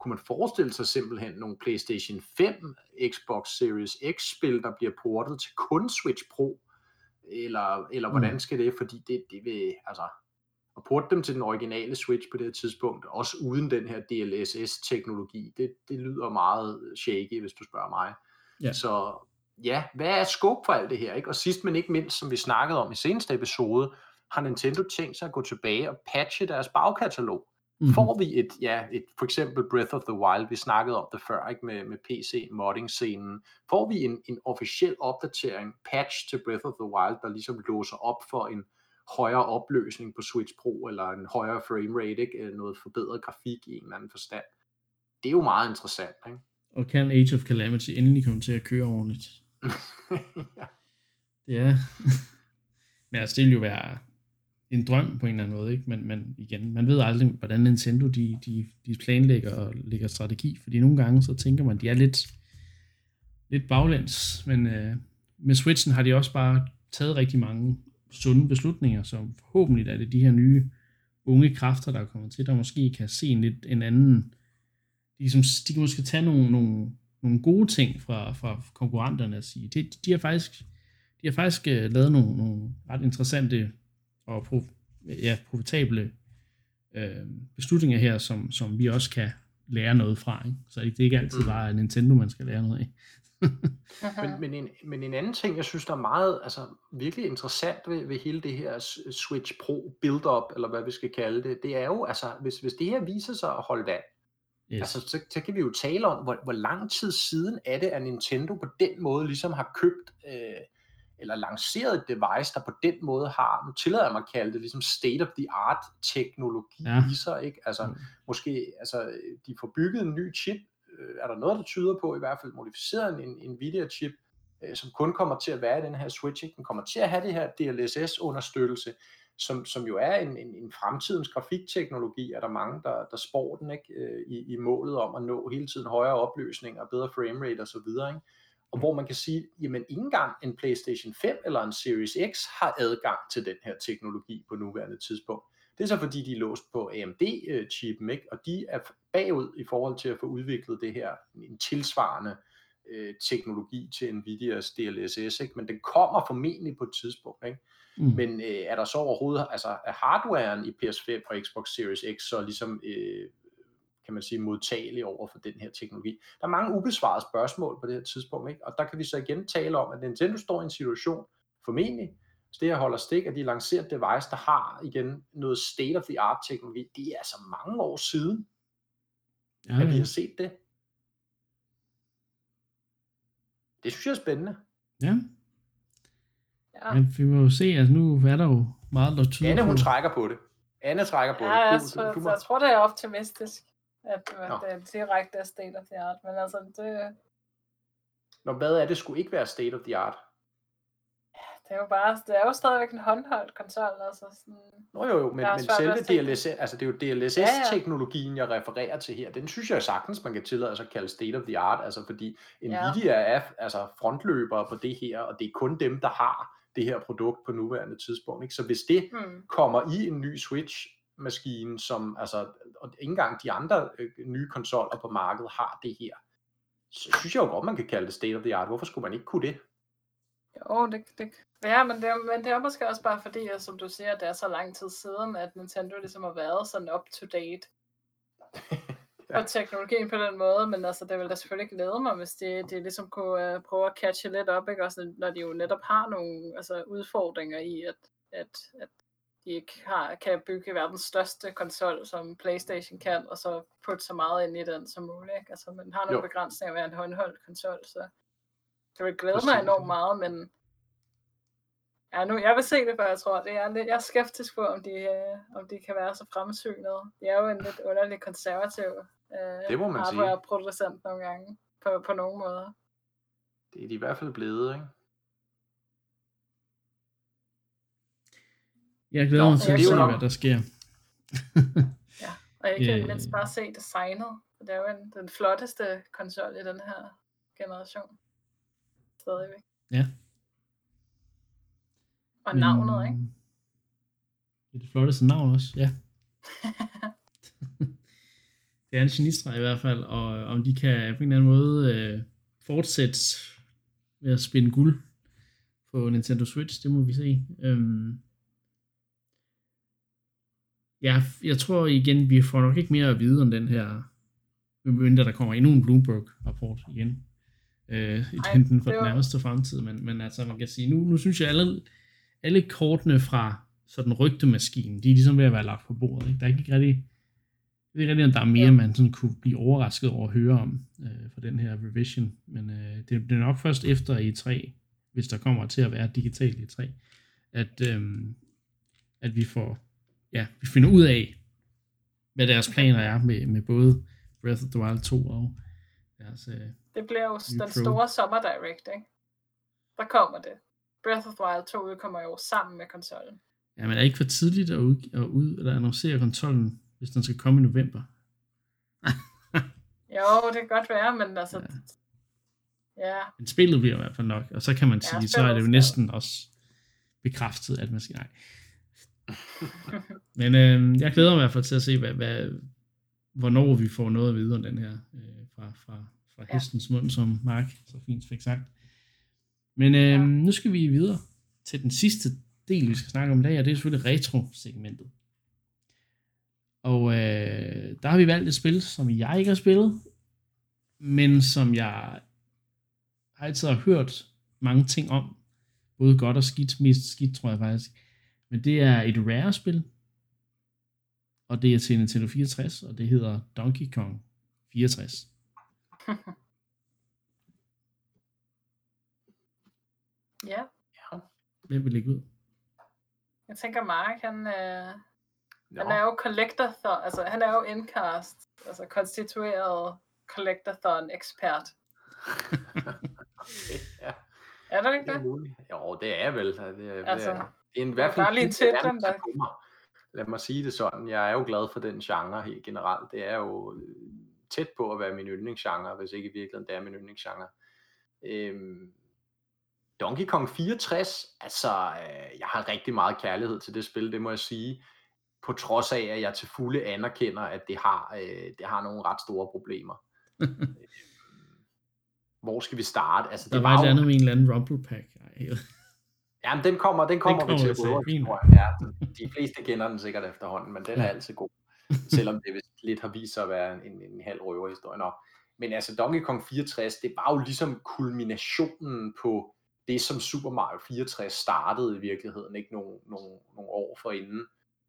kunne man forestille sig simpelthen nogle PlayStation fem, Xbox Series X-spil, der bliver portet til kun Switch Pro? Eller, eller hvordan skal det? Fordi det, det vil, altså, at porte dem til den originale Switch på det her tidspunkt, også uden den her D L S S-teknologi, det, det lyder meget shaky, hvis du spørger mig. Ja. Så ja, hvad er scope for alt det her? Ikke? Og sidst men ikke mindst, som vi snakkede om i seneste episode, har Nintendo tænkt sig at gå tilbage og patche deres bagkatalog. Mm-hmm. Får vi et, ja, et, for eksempel Breath of the Wild, vi snakkede om det før, ikke, med, med P C-modding-scenen. Får vi en, en officiel opdatering, patch til Breath of the Wild, der ligesom låser op for en højere opløsning på Switch Pro, eller en højere framerate, ikke? Noget forbedret grafik i en eller anden forstand. Det er jo meget interessant, ikke? Og kan Age of Calamity endelig komme til at køre ordentligt? Ja. Ja. Men altså, det vil jo være en drøm på en eller anden måde, ikke? Men, men igen, man ved aldrig, hvordan Nintendo de, de, de planlægger og lægger strategi, fordi nogle gange så tænker man, de er lidt, lidt baglæns, men øh, med Switchen har de også bare taget rigtig mange sunde beslutninger, som forhåbentlig er det de her nye unge kræfter, der er kommet til, der måske kan se en lidt en anden, de, som, de kan måske tage nogle, nogle, nogle gode ting fra, fra konkurrenterne og sige, de, de har faktisk, de har faktisk uh, lavet nogle, nogle ret interessante og prof, ja, profitable øh, beslutninger her, som, som vi også kan lære noget fra, ikke? Så det er ikke altid bare Nintendo, man skal lære noget af. men, men, en, men en anden ting, jeg synes, der er meget, altså virkelig interessant ved, ved hele det her Switch Pro build-up, eller hvad vi skal kalde det, det er jo, altså, hvis, hvis det her viser sig at holde vand, yes. altså, så, så kan vi jo tale om, hvor, hvor lang tid siden er det, at Nintendo på den måde ligesom har købt, øh, eller lanceret et device, der på den måde har, nu tillader jeg mig at kalde det, ligesom state-of-the-art teknologi ja. i sig, ikke? Altså, mm. måske, altså, de får bygget en ny chip, er der noget, der tyder på, i hvert fald modificeret en Nvidia-chip, øh, som kun kommer til at være i den her Switch, ikke? Den kommer til at have det her D L S S-understøttelse, som, som jo er en, en, en fremtidens grafikteknologi, er der mange, der, der spår den, ikke? Øh, i, i målet om at nå hele tiden højere opløsning og bedre framerate og så videre, ikke? Og hvor man kan sige, jamen ikke engang en PlayStation fem eller en Series X har adgang til den her teknologi på nuværende tidspunkt. Det er så fordi, de er låst på A M D-chippen, ikke? Og de er bagud i forhold til at få udviklet det her, en tilsvarende øh, teknologi til Nvidias D L S S, ikke? Men den kommer formentlig på et tidspunkt, ikke? Mm. Men øh, er der så overhovedet, altså er hardwaren i P S fem og Xbox Series X så ligesom, øh, kan man sige, modtagelig over for den her teknologi? Der er mange ubesvarede spørgsmål på det her tidspunkt, ikke? Og der kan vi så igen tale om, at Nintendo står i en situation, formentlig, så det her holder stik, at de lancerer et device, der har igen noget state-of-the-art teknologi. Det er altså mange år siden, ja, at vi har set det. Det synes jeg er spændende. Ja. Ja. Ja, vi må jo se, altså nu er der jo meget, der tyder Anne, hun på. trækker på det. Anne trækker på ja, det. Ja, jeg, du, tror, du, du jeg tror, det er optimistisk, at det Nå. er direkte er state-of-the-art, men altså det... Nå, hvad er det skulle ikke være state-of-the-art? Det er jo bare, det er jo stadigvæk en håndholdt konsol, altså sådan... Nå jo, jo, men, men selve D L S S, altså det er jo D L S S-teknologien, ja, ja. jeg refererer til her, den synes jeg sagtens, man kan tillade sig at kalde state of the art, altså fordi Nvidia ja. er altså frontløbere på det her, og det er kun dem, der har det her produkt på nuværende tidspunkt, ikke? Så hvis det hmm. kommer i en ny Switch-maskine, som altså, og ikke engang de andre øh, nye konsoller på markedet har det her, så synes jeg jo godt, man kan kalde det state of the art. Hvorfor skulle man ikke kunne det? Jo, det, det, ja, men det, er, men det er måske også bare fordi, at, som du siger, det er så lang tid siden, at Nintendo ligesom har været sådan up-to-date ja. på teknologien på den måde, men altså, det vil da selvfølgelig glæde mig, hvis de, de ligesom kunne uh, prøve at catche lidt op, ikke? Også når de jo netop har nogle altså, udfordringer i, at, at, at de ikke har, kan bygge verdens største konsol, som PlayStation kan, og så putte så meget ind i den som muligt, ikke? Altså, man har nogle jo. begrænsninger ved en håndholdt konsol, så det vil glæde mig enormt meget, men ja, nu, jeg vil se det, for jeg tror, det er lidt, jeg er skeptisk på, om de, øh, om de kan være så fremsynede. De er jo en lidt underlig konservativ øh, hardware-producent nogle gange, på, på nogle måder. Det er de i hvert fald blevet, ikke? Jeg glæder mig til at se, hvad der sker. ja, og jeg kan mindst bare se designet. Det er jo en, den flotteste konsol i den her generation. Stadigvæk. Ja. Og navnet, Men, ikke? Det er det flotteste navn også, ja. det er en genistreg i hvert fald, og om de kan på en eller anden måde øh, fortsætte med at spinde guld på Nintendo Switch, det må vi se. Øhm, ja, jeg tror igen, vi får nok ikke mere at vide om den her, medmindre der kommer endnu en Bloomberg-rapport igen, øh, i den for den nærmeste fremtid, men, men altså man kan sige, nu, nu synes jeg alle, alle kortene fra sådan rygtemaskinen, de er ligesom ved at være lagt på bordet, ikke? Der er ikke rigtig, jeg ved ikke rigtig, om der er mere, man sådan kunne blive overrasket over at høre om øh, for den her revision, men øh, det, det er nok først efter E tre, hvis der kommer til at være digitalt E tre, at, øh, at vi får, ja, vi finder ud af, hvad deres planer er med, med både Breath of the Wild to og deres øh, det bliver jo den store Summer Direct, ikke? Der kommer det. Breath of the Wild to kommer jo sammen med konsollen. Ja, men er det ikke for tidligt at, ud, at ud, eller annoncere konsollen, hvis den skal komme i november? Jo, det kan godt være, men altså... Ja. ja. Men spillet bliver i hvert fald nok, og så kan man sige, ja, så er det jo næsten også bekræftet, at man skal... Nej. Men øh, jeg glæder mig i hvert fald til at se, hvad, hvad, hvornår vi får noget at vide om den her, øh, fra, fra, fra ja. hestens mund, som Mark så fint fik sagt. Men øh, ja. nu skal vi videre til den sidste del, vi skal snakke om i dag, og det er selvfølgelig retro-segmentet. Og øh, der har vi valgt et spil, som jeg ikke har spillet, men som jeg altid har hørt mange ting om, både godt og skidt, mest skidt tror jeg faktisk. Men det er et Rare-spil, og det er til Nintendo fireogtres, og det hedder Donkey Kong fireogtres. Ja. Hvem vil lægge ud? Jeg tænker Mark, han, øh, han er jo collectathon, altså han er jo indcast, altså konstitueret collectathon-ekspert. ja. Er der ikke det? det? Jo, det er vel. Det er, altså, det er en, i hvert fald bare lige til dem, der... Lad mig sige det sådan, jeg er jo glad for den genre helt generelt. Det er jo tæt på at være min yndlingsgenre, hvis ikke i virkeligheden det er min yndlingsgenre. Øhm, Donkey Kong fireogtres, altså øh, jeg har rigtig meget kærlighed til det spil, det må jeg sige. På trods af, at jeg til fulde anerkender, at det har, øh, det har nogle ret store problemer. Hvor skal vi starte? Altså, det der var, var et jo... andet med en eller anden Rumble Pack. Jamen, den kommer, den kommer, den kommer vi til at bruge. Ja, de fleste kender den sikkert efterhånden, men den er altid god. Selvom det lidt har vist sig at være en, en halv røverhistorie. Nå. Men altså, Donkey Kong fireogtres, det var jo ligesom kulminationen på det, som Super Mario fireogtres startede i virkeligheden, ikke nogle, nogle, nogle år forinden.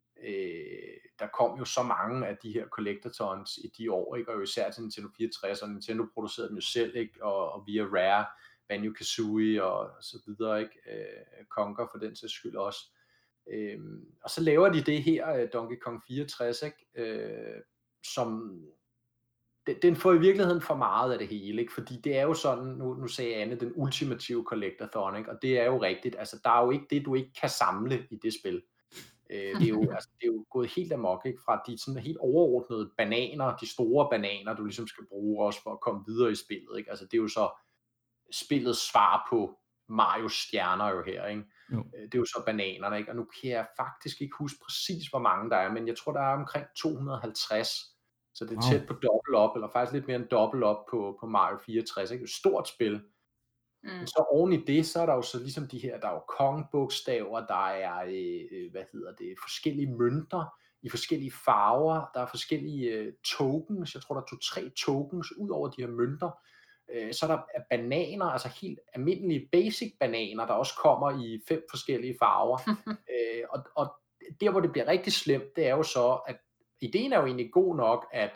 Øh, der kom jo så mange af de her collectathons i de år, ikke? Og jo især til Nintendo fireogtres, og Nintendo producerede dem jo selv, ikke? Og, og via Rare, Banjo-Kazooie og så videre, ikke? Øh, Conker for den sags skyld også. Øh, og så laver de det her, Donkey Kong fireogtres, ikke? Øh, som den, den får i virkeligheden for meget af det hele, ikke? Fordi det er jo sådan, nu, nu sagde Anne, den ultimative collectathon, ikke? Og det er jo rigtigt, altså der er jo ikke det, du ikke kan samle i det spil. Øh, det, er jo, altså, det er jo gået helt amok, ikke? Fra de sådan helt overordnede bananer, de store bananer, du ligesom skal bruge også for at komme videre i spillet, ikke? Altså det er jo så spillets svar på Marios stjerner jo her, ikke? Jo. Det er jo så bananerne, ikke? Og nu kan jeg faktisk ikke huske præcis, hvor mange der er, men jeg tror, der er omkring to hundrede og halvtreds, så det er wow. Tæt på dobbelt op, eller faktisk lidt mere end dobbelt op på, på Mario fireogtres, ikke? Det er et stort spil. Mm. Så oven i det, så er der jo så ligesom de her, der er jo Kong-bogstaver, der er, øh, hvad hedder det, forskellige mønter i forskellige farver, der er forskellige øh, tokens, jeg tror der er to-tre tokens ud over de her mønter, øh, så er der bananer, altså helt almindelige basic bananer, der også kommer i fem forskellige farver, øh, og, og der hvor det bliver rigtig slemt, det er jo så, at ideen er jo egentlig god nok, at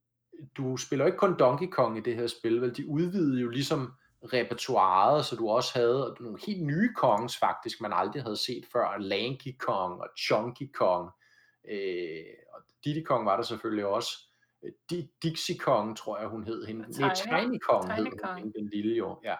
du spiller ikke kun Donkey Kong i det her spil, vel, de udvidede jo ligesom repertoiret, så du også havde nogle helt nye kongs faktisk, man aldrig havde set før, Lanky Kong og Chunky Kong, øh, og Diddy Kong var der selvfølgelig også, D- Dixie Kong tror jeg hun hed hende, Tiny, Tiny Kong Tiny hed Kong. Hun, den lille jo, ja.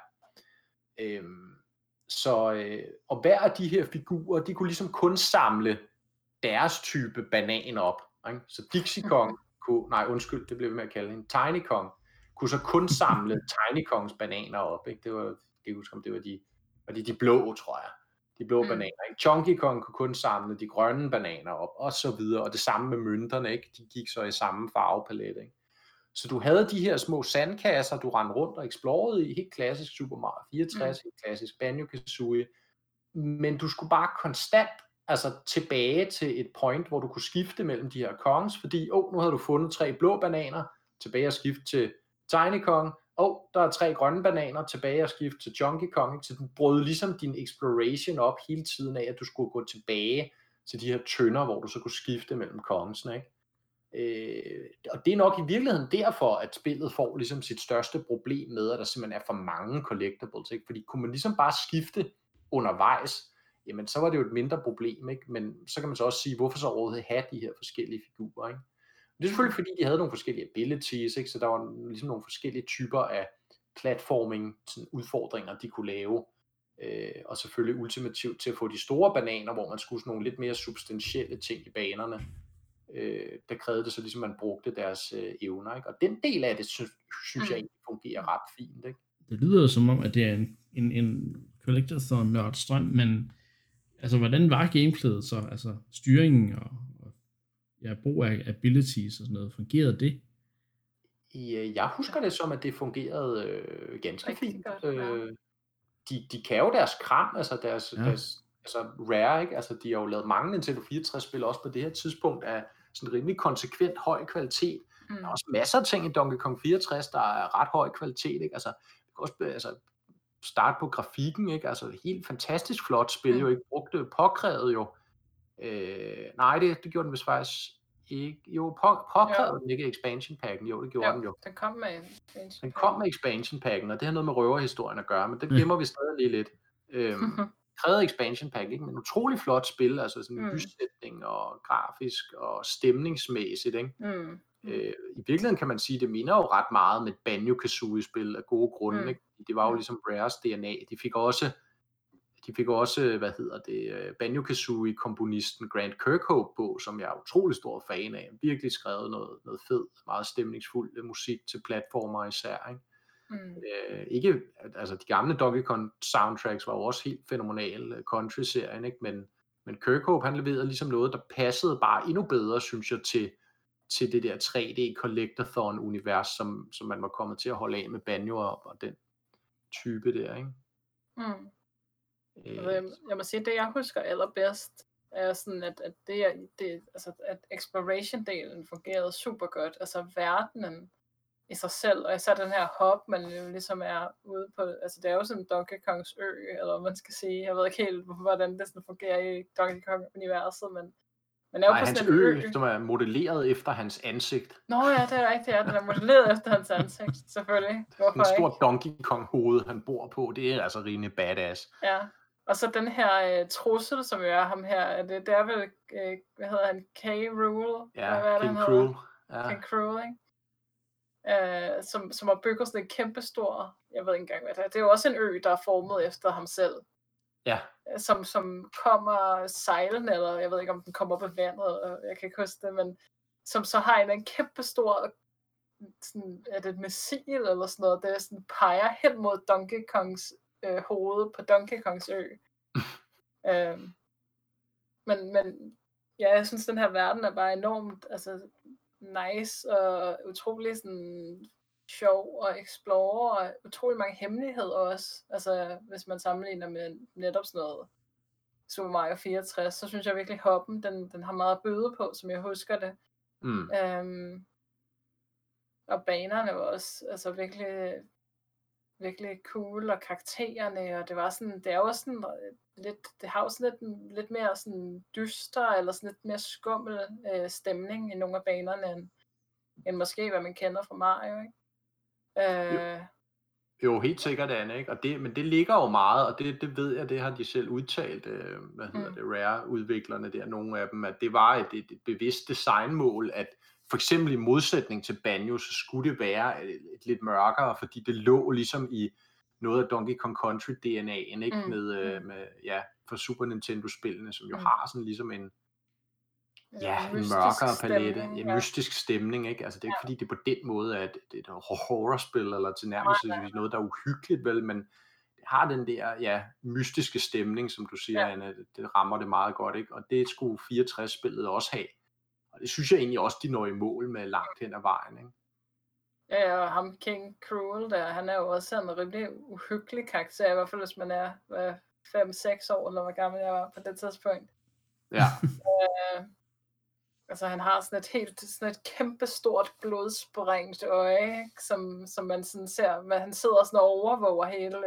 Øhm, så, øh, og hver af de her figurer, de kunne ligesom kun samle deres type banan op, ikke? Så Dixie Kong kunne, nej undskyld, det blev vi med at kalde hende, Tiny Kong, kunne så kun samle Tiny Kongs bananer op, ikke? Det var, jeg kan huske, om det var de, var de, de blå, tror jeg. De blå mm. bananer, ikke? Chunky Kong kunne kun samle de grønne bananer op, og så videre. Og det samme med mønterne, ikke? De gik så i samme farvepalet, ikke? Så du havde de her små sandkasser, du rendte rundt og explorede i, helt klassisk Super Mario fireogtres, mm. helt klassisk Banjo-Kazooie, men du skulle bare konstant altså tilbage til et point, hvor du kunne skifte mellem de her kongs, fordi oh, nu havde du fundet tre blå bananer, tilbage og skifte til Tiny Kong, og oh, der er tre grønne bananer, tilbage og skifte til Donkey Kong, så du brød ligesom din exploration op hele tiden af, at du skulle gå tilbage til de her tønder, hvor du så kunne skifte mellem kongsene, ikke? Øh, og det er nok i virkeligheden derfor, at spillet får ligesom sit største problem med, at der simpelthen er for mange collectibles, ikke? Fordi kunne man ligesom bare skifte undervejs, jamen så var det jo et mindre problem, ikke? Men så kan man så også sige, hvorfor så overhovedet have de her forskellige figurer, ikke? Det er selvfølgelig fordi, de havde nogle forskellige abilities, ikke? Så der var ligesom nogle forskellige typer af platforming, sådan udfordringer, de kunne lave, øh, og selvfølgelig ultimativt til at få de store bananer, hvor man skulle sådan nogle lidt mere substantielle ting i banerne. Øh, der krævede det så ligesom, man brugte deres øh, evner, ikke? Og den del af det, synes, synes jeg egentlig fungerer ret fint, ikke? Det lyder jo som om, at det er en, en, en collectathon-nørd strøm, men altså, hvordan var gameplayet så? Altså, styringen og, og ja, brug af abilities og sådan noget, fungerede det? Ja, jeg husker det som, at det fungerede øh, ganske Rigtig fint. godt, ja. Øh, de, de kan jo deres kram, altså deres, Ja. deres altså Rare, ikke? Altså, de har jo lavet mange Nintendo fireogtres-spil også på det her tidspunkt af sådan rimelig konsekvent høj kvalitet. Mm. Der er også masser af ting i Donkey Kong fireogtres, der er ret høj kvalitet, ikke? Altså, det kan også altså, starte på grafikken, ikke? Altså, helt fantastisk flot spil, Mm. jo ikke brugte, påkrævet jo. Øh, nej, det, det gjorde den vist faktisk ikke. Jo, på, påkrævede Jo. den ikke expansion packen, jo, det gjorde Jo, den jo. den kom med en expansion Den kom med expansion packen, og det har noget med røverhistorien at gøre, men den gemmer vi stadig lige lidt. Øhm, krævede expansion pack, ikke? Men utrolig flot spil, altså sådan en Mm. lyssætning og grafisk og stemningsmæssigt, ikke? Mm. Øh, I virkeligheden kan man sige, det minder jo ret meget med et Banjo-Kazooie-spil af gode grunde, Mm. ikke? Det var jo Mm. ligesom Rares D N A. De fik også, de fik også, hvad hedder det, Banjo-Kazooie-komponisten Grant Kirkhope på, som jeg er utrolig stor fan af. Virkelig skrevet noget, noget fed, meget stemningsfuld musik til platformer især, ikke? Mm. Øh, ikke, altså de gamle Donkey Kong soundtracks var jo også helt fænomenale, country-serien, ikke? Men, men Kirkhope, han leverede ligesom noget, der passede bare endnu bedre, synes jeg, til, til det der tre D collectathon-univers, som, som man var kommet til at holde af med Banjo og, og den type der, ikke? Mm. Øh, Altså, jeg, jeg må sige, det jeg husker allerbedst, er sådan, at, at, det, er- det, altså, at exploration-delen fungerede super godt. Altså verdenen i sig selv, og især den her hop, man jo ligesom er ude på, altså det er jo sådan Donkey Kongs ø, eller hvad man skal sige. Jeg ved ikke helt, hvordan det sådan fungerer i Donkey Kong-universet, men man er jo nej, på hans sådan en ø. ø, som er modelleret efter hans ansigt. Nå ja, det er rigtigt, ja, den er modelleret efter hans ansigt, selvfølgelig. Hvorfor En stor ikke? Donkey Kong hoved, han bor på, det er altså rimelig badass. Ja, og så den her øh, trussel, som jo er ham her, er det, det er vel, øh, hvad hedder han, K. Rool? Ja, Hvad er det, King han Cruel. hedder? Ja. King Cruel, ikke? Øh, som, som har bygget sådan en kæmpe stor, jeg ved ikke engang hvad det er, det er jo også en ø, der er formet efter ham selv, Ja, øh, som, som kommer sejlende, eller jeg ved ikke om den kommer op af vandet, og jeg kan ikke huske det, men som så har en, en kæmpe stor, sådan, er det et missil eller sådan noget, det sådan peger hen mod Donkey Kongs øh, hoved på Donkey Kongs ø. øhm, men, men ja, jeg synes, den her verden er bare enormt altså, nice og utrolig sådan, sjov og explore og utrolig mange hemmeligheder også. Altså, hvis man sammenligner med netop sådan noget Super Mario fireogtres, så synes jeg virkelig, hoppen, den, den har meget at byde på, som jeg husker det. mm. Øhm, og banerne var også altså virkelig virkelig cool, og karaktererne, og det var sådan, det er jo sådan lidt, det har jo sådan lidt, lidt mere sådan dyster, eller sådan lidt mere skummel øh, stemning i nogle af banerne, end, end måske, hvad man kender fra Mario, ikke? Øh, Jo, helt sikkert, Anne, ikke? Og det, men det ligger jo meget, og det, det ved jeg, det har de selv udtalt, øh, hvad hedder Mm. det, Rare-udviklerne der, nogle af dem, at det var et, et, et bevidst designmål, at for eksempel i modsætning til Banjo, så skulle det være et, et lidt mørkere, fordi det lå ligesom i noget af Donkey Kong Country D N A'en, ikke? Mm. Med, øh, med, ja, for Super Nintendo-spillene, som jo Mm. har sådan ligesom en, ja, en mystisk mørkere palette, stemning, en ja. mystisk stemning, ikke? Altså det er ikke fordi, det på den måde er et, et horrorspil, eller tilnærmelsesvis noget, der er uhyggeligt, vel, men det har den der, ja, mystiske stemning, som du siger, Ja. Anna, det, det rammer det meget godt, ikke? Og det skulle fireogtres-spillet også have. Og det synes jeg egentlig også, de når i mål med langt hen ad vejen, ikke? Ja, og ham King Cruel der, han er jo også en rimelig uhyggelig karakter, i hvert fald hvis man er fem seks år, eller hvor gammel jeg var på det tidspunkt. Ja. øh, altså han har sådan et helt, sådan et kæmpestort blodsprængt øje, ikke? Som, som man sådan ser, men han sidder sådan og overvåger hele,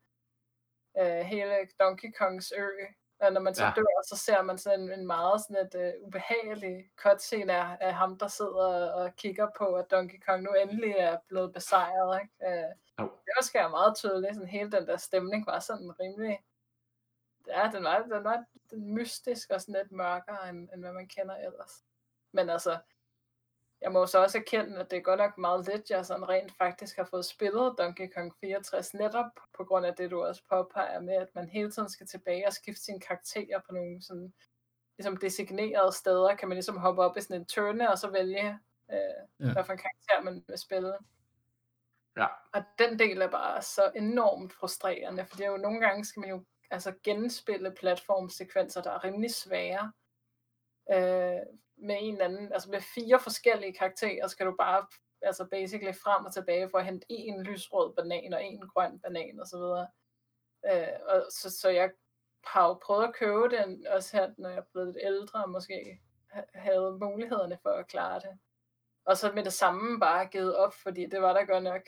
øh, hele Donkey Kongs ø. Og når man så ja. dør, så ser man sådan en, en meget sådan et uh, ubehagelig cutscene af, af ham, der sidder og kigger på, at Donkey Kong nu endelig er blevet besejret. Ikke? Uh, oh. Det var skær meget tydeligt, sådan hele den der stemning var sådan rimelig, ja, den var, den var den mystisk og sådan lidt mørkere, end, end hvad man kender ellers. Men altså, jeg må så også erkende, at det er godt nok meget lidt, jeg sådan rent faktisk har fået spillet Donkey Kong fireogtres, netop på grund af det, du også påpeger med, at man hele tiden skal tilbage og skifte sine karakterer på nogle sådan, ligesom designerede steder, kan man ligesom hoppe op i sådan en turne, og så vælge, øh, ja. hvad for en karakter man vil spille. Ja. Og den del er bare så enormt frustrerende, for det er jo nogle gange, skal man jo altså genspille platformsekvenser, der er rimelig svære, øh, med en eller anden, altså med fire forskellige karakterer, skal du bare, altså basically frem og tilbage for at hente en lysrød banan og en grøn banan og så videre. Øh, og så, så jeg har jo prøvet at købe den, også her, når jeg er blevet lidt ældre, og måske havde mulighederne for at klare det. Og så med det samme bare givet op, fordi det var der godt nok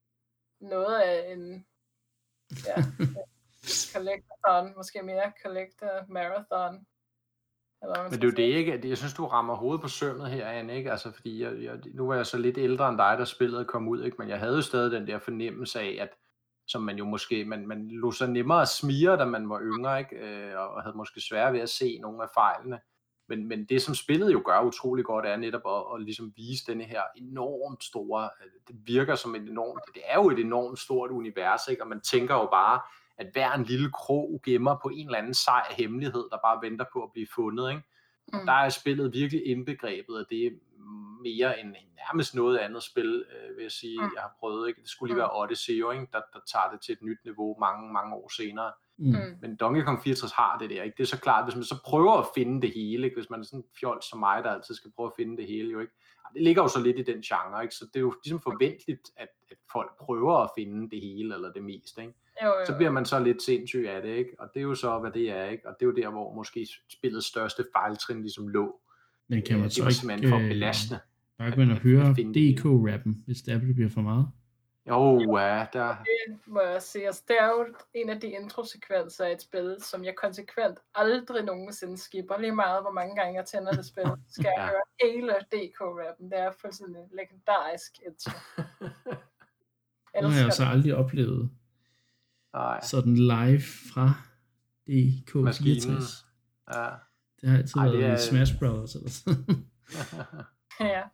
noget af en, ja, collectathon, måske mere collector marathon. Men det er jo det ikke, jeg synes du rammer hovedet på sømmet her, Anne, ikke? Altså fordi jeg, jeg, nu var jeg så lidt ældre end dig, der spillet kom ud, ikke? Men jeg havde jo stadig den der fornemmelse af, at som man jo måske, man, man lå så nemmere at smire, da man var yngre, ikke? Øh, og havde måske svært ved at se nogle af fejlene. Men, men det som spillet jo gør utrolig godt, er netop at, at ligesom vise denne her enormt store, det virker som et enormt, det er jo et enormt stort univers, ikke? Og man tænker jo bare, at hver en lille krog gemmer på en eller anden sej hemmelighed, der bare venter på at blive fundet, ikke? Og mm. der er spillet virkelig indbegrebet, og det er mere end nærmest noget andet spil, øh, vil jeg sige, mm. jeg har prøvet, ikke? Det skulle lige være Odyssey, ikke? Der, der tager det til et nyt niveau mange, mange år senere. Mm. Men Donkey Kong fireogtres har det der, ikke? Det er så klart, hvis man så prøver at finde det hele, ikke? Hvis man er sådan en fjold som mig, der altid skal prøve at finde det hele, jo ikke? Det ligger jo så lidt i den genre, ikke? Så det er jo ligesom forventeligt, at, at folk prøver at finde det hele, eller det meste, ikke? Jo, jo, jo. Så bliver man så lidt sindssyg af det, ikke? Og det er jo så, hvad det er, ikke? Og det er jo der, hvor måske spillets største fejltrin ligesom lå. Men kan man det så var ikke for belastende, bare gå ind og høre D K-rappen, hvis det er, det bliver for meget? Jo, ja, der... Det må jeg sige. Altså, det er jo en af de introsekvenser af et spil, som jeg konsekvent aldrig nogensinde skipper. Lige meget, hvor mange gange jeg tænder det spil, skal jeg ja. høre hele D K-rappen. Det er fuldstændig legendarisk intro. Det har jeg så aldrig oplevet. Nej. Sådan live fra D K fireogtres. Ja. Det har altid Ej, været er... Smash Brothers eller sådan. Ja.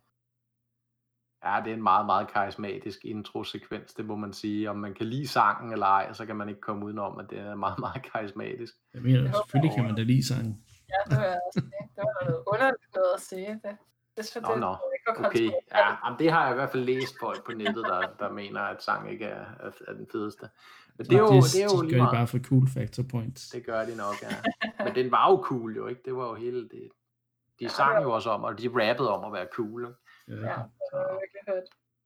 Ja, det er en meget, meget karismatisk introsekvens, det må man sige. Om man kan lide sangen eller ej, så kan man ikke komme udenom, at det er meget, meget karismatisk. Jeg mener, selvfølgelig kan man da lide sangen. Ja, det var også det. Det var noget underligt noget at sige. Det, det, nå, det, nå. Det okay. Ja, jamen, det har jeg i hvert fald læst folk på nettet, der, der mener, at sang ikke er, er, er den fedeste. Men det er jo, det, det er jo de lige gør meget. De bare for cool factor points. Det gør de nok, ja. Men den var jo cool jo, ikke? Det var jo hele det. De sang ja, jo også om, og de rappede om at være cool, ikke? Ja, det var virkelig fedt.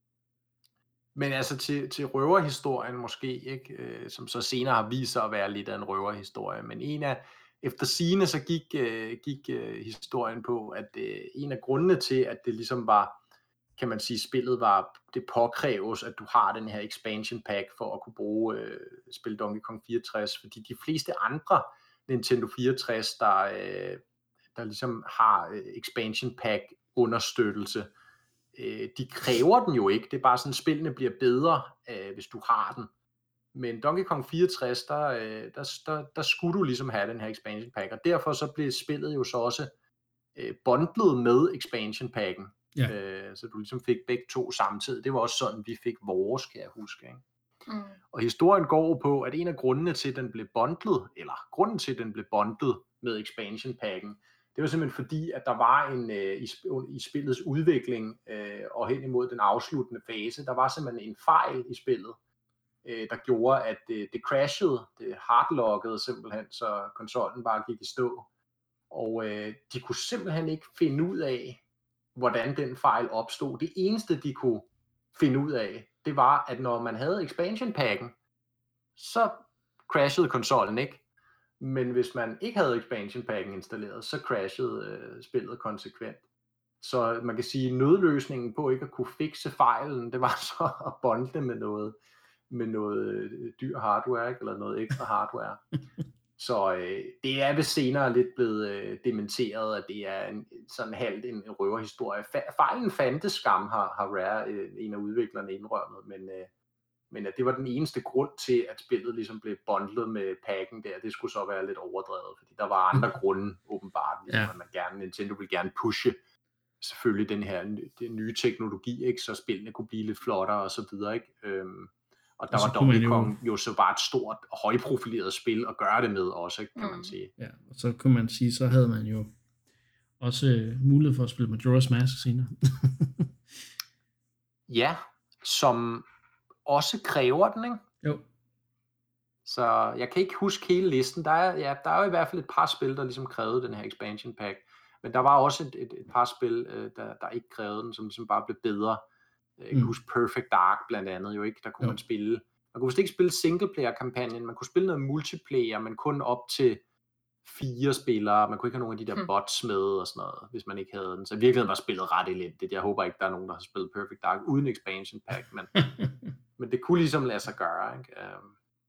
Men altså til, til røverhistorien måske, ikke, øh, som så senere har vist sig at være lidt af en røverhistorie, men en af, efter sigende så gik, øh, gik øh, historien på, at øh, en af grundene til, at det ligesom var, kan man sige, spillet var, det påkræves, at du har den her expansion pack for at kunne bruge, øh, spille Donkey Kong fireogtres, fordi de fleste andre Nintendo fireogtres, der, øh, der ligesom har øh, expansion pack understøttelse, de kræver den jo ikke. Det er bare sådan, at spillene bliver bedre, øh, hvis du har den. Men Donkey Kong fireogtres, der, øh, der, der, der skulle du ligesom have den her expansion pack, og derfor så blev spillet jo så også øh, bundlet med expansion packen. Ja. Øh, så du ligesom fik begge to samtidig. Det var også sådan, vi fik vores, kan jeg huske. Ikke? Mm. Og historien går på, at en af grundene til, at den blev bundlet, eller grunden til, at den blev bundlet med expansion packen, det var simpelthen fordi, at der var en øh, i, sp- i spillets udvikling øh, og hen imod den afsluttende fase, der var simpelthen en fejl i spillet, øh, der gjorde, at det, det crashede, det hardlockede simpelthen, så konsollen bare gik i stå. Og øh, de kunne simpelthen ikke finde ud af, hvordan den fejl opstod. Det eneste, de kunne finde ud af, det var, at når man havde expansion packen, så crashede konsollen ikke. Men hvis man ikke havde expansion packen installeret, så crashede øh, spillet konsekvent. Så man kan sige, at nødløsningen på ikke at kunne fikse fejlen, det var så at bundle med noget, med noget dyr hardware, ikke? Eller noget ekstra hardware. Så øh, det er ved senere lidt blevet øh, dementeret, at det er en, sådan halvt en, en røverhistorie. Fa- fejlen fandtes skam, har, har Rare, øh, en af udviklerne, indrømmet, men, øh, men at det var den eneste grund til, at spillet ligesom blev bundlet med pakken der. Det skulle så være lidt overdrevet, fordi der var andre grunde åbenbart, ligesom ja. At man gerne, Nintendo ville gerne pushe selvfølgelig den her den nye teknologi, ikke, så spillene kunne blive lidt flottere og så videre, ikke. Øhm, og der og var Donkey Kong jo... jo så bare et stort højprofileret spil at gøre det med også, ikke, kan mm. man sige. Ja, og så kunne man sige, så havde man jo også øh, mulighed for at spille Majora's Mask senere. Ja, som også kræver den, ikke? Jo. Så jeg kan ikke huske hele listen. Der er, ja, der er jo i hvert fald et par spil, der ligesom krævede den her expansion pack. Men der var også et, et, et par spil, øh, der, der ikke krævede den, som ligesom bare blev bedre. Jeg kan mm. huske Perfect Dark blandt andet jo ikke. Der kunne jo. man spille. Man kunne vist ikke spille singleplayer-kampagnen. Man kunne spille noget multiplayer, men kun op til fire spillere. Man kunne ikke have nogen af de der mm. bots med og sådan noget, hvis man ikke havde den. Så i virkeligheden var spillet ret elendigt. Jeg håber ikke, der er nogen, der har spillet Perfect Dark uden expansion pack, men, men det kunne ligesom lade sig gøre, ikke? Um,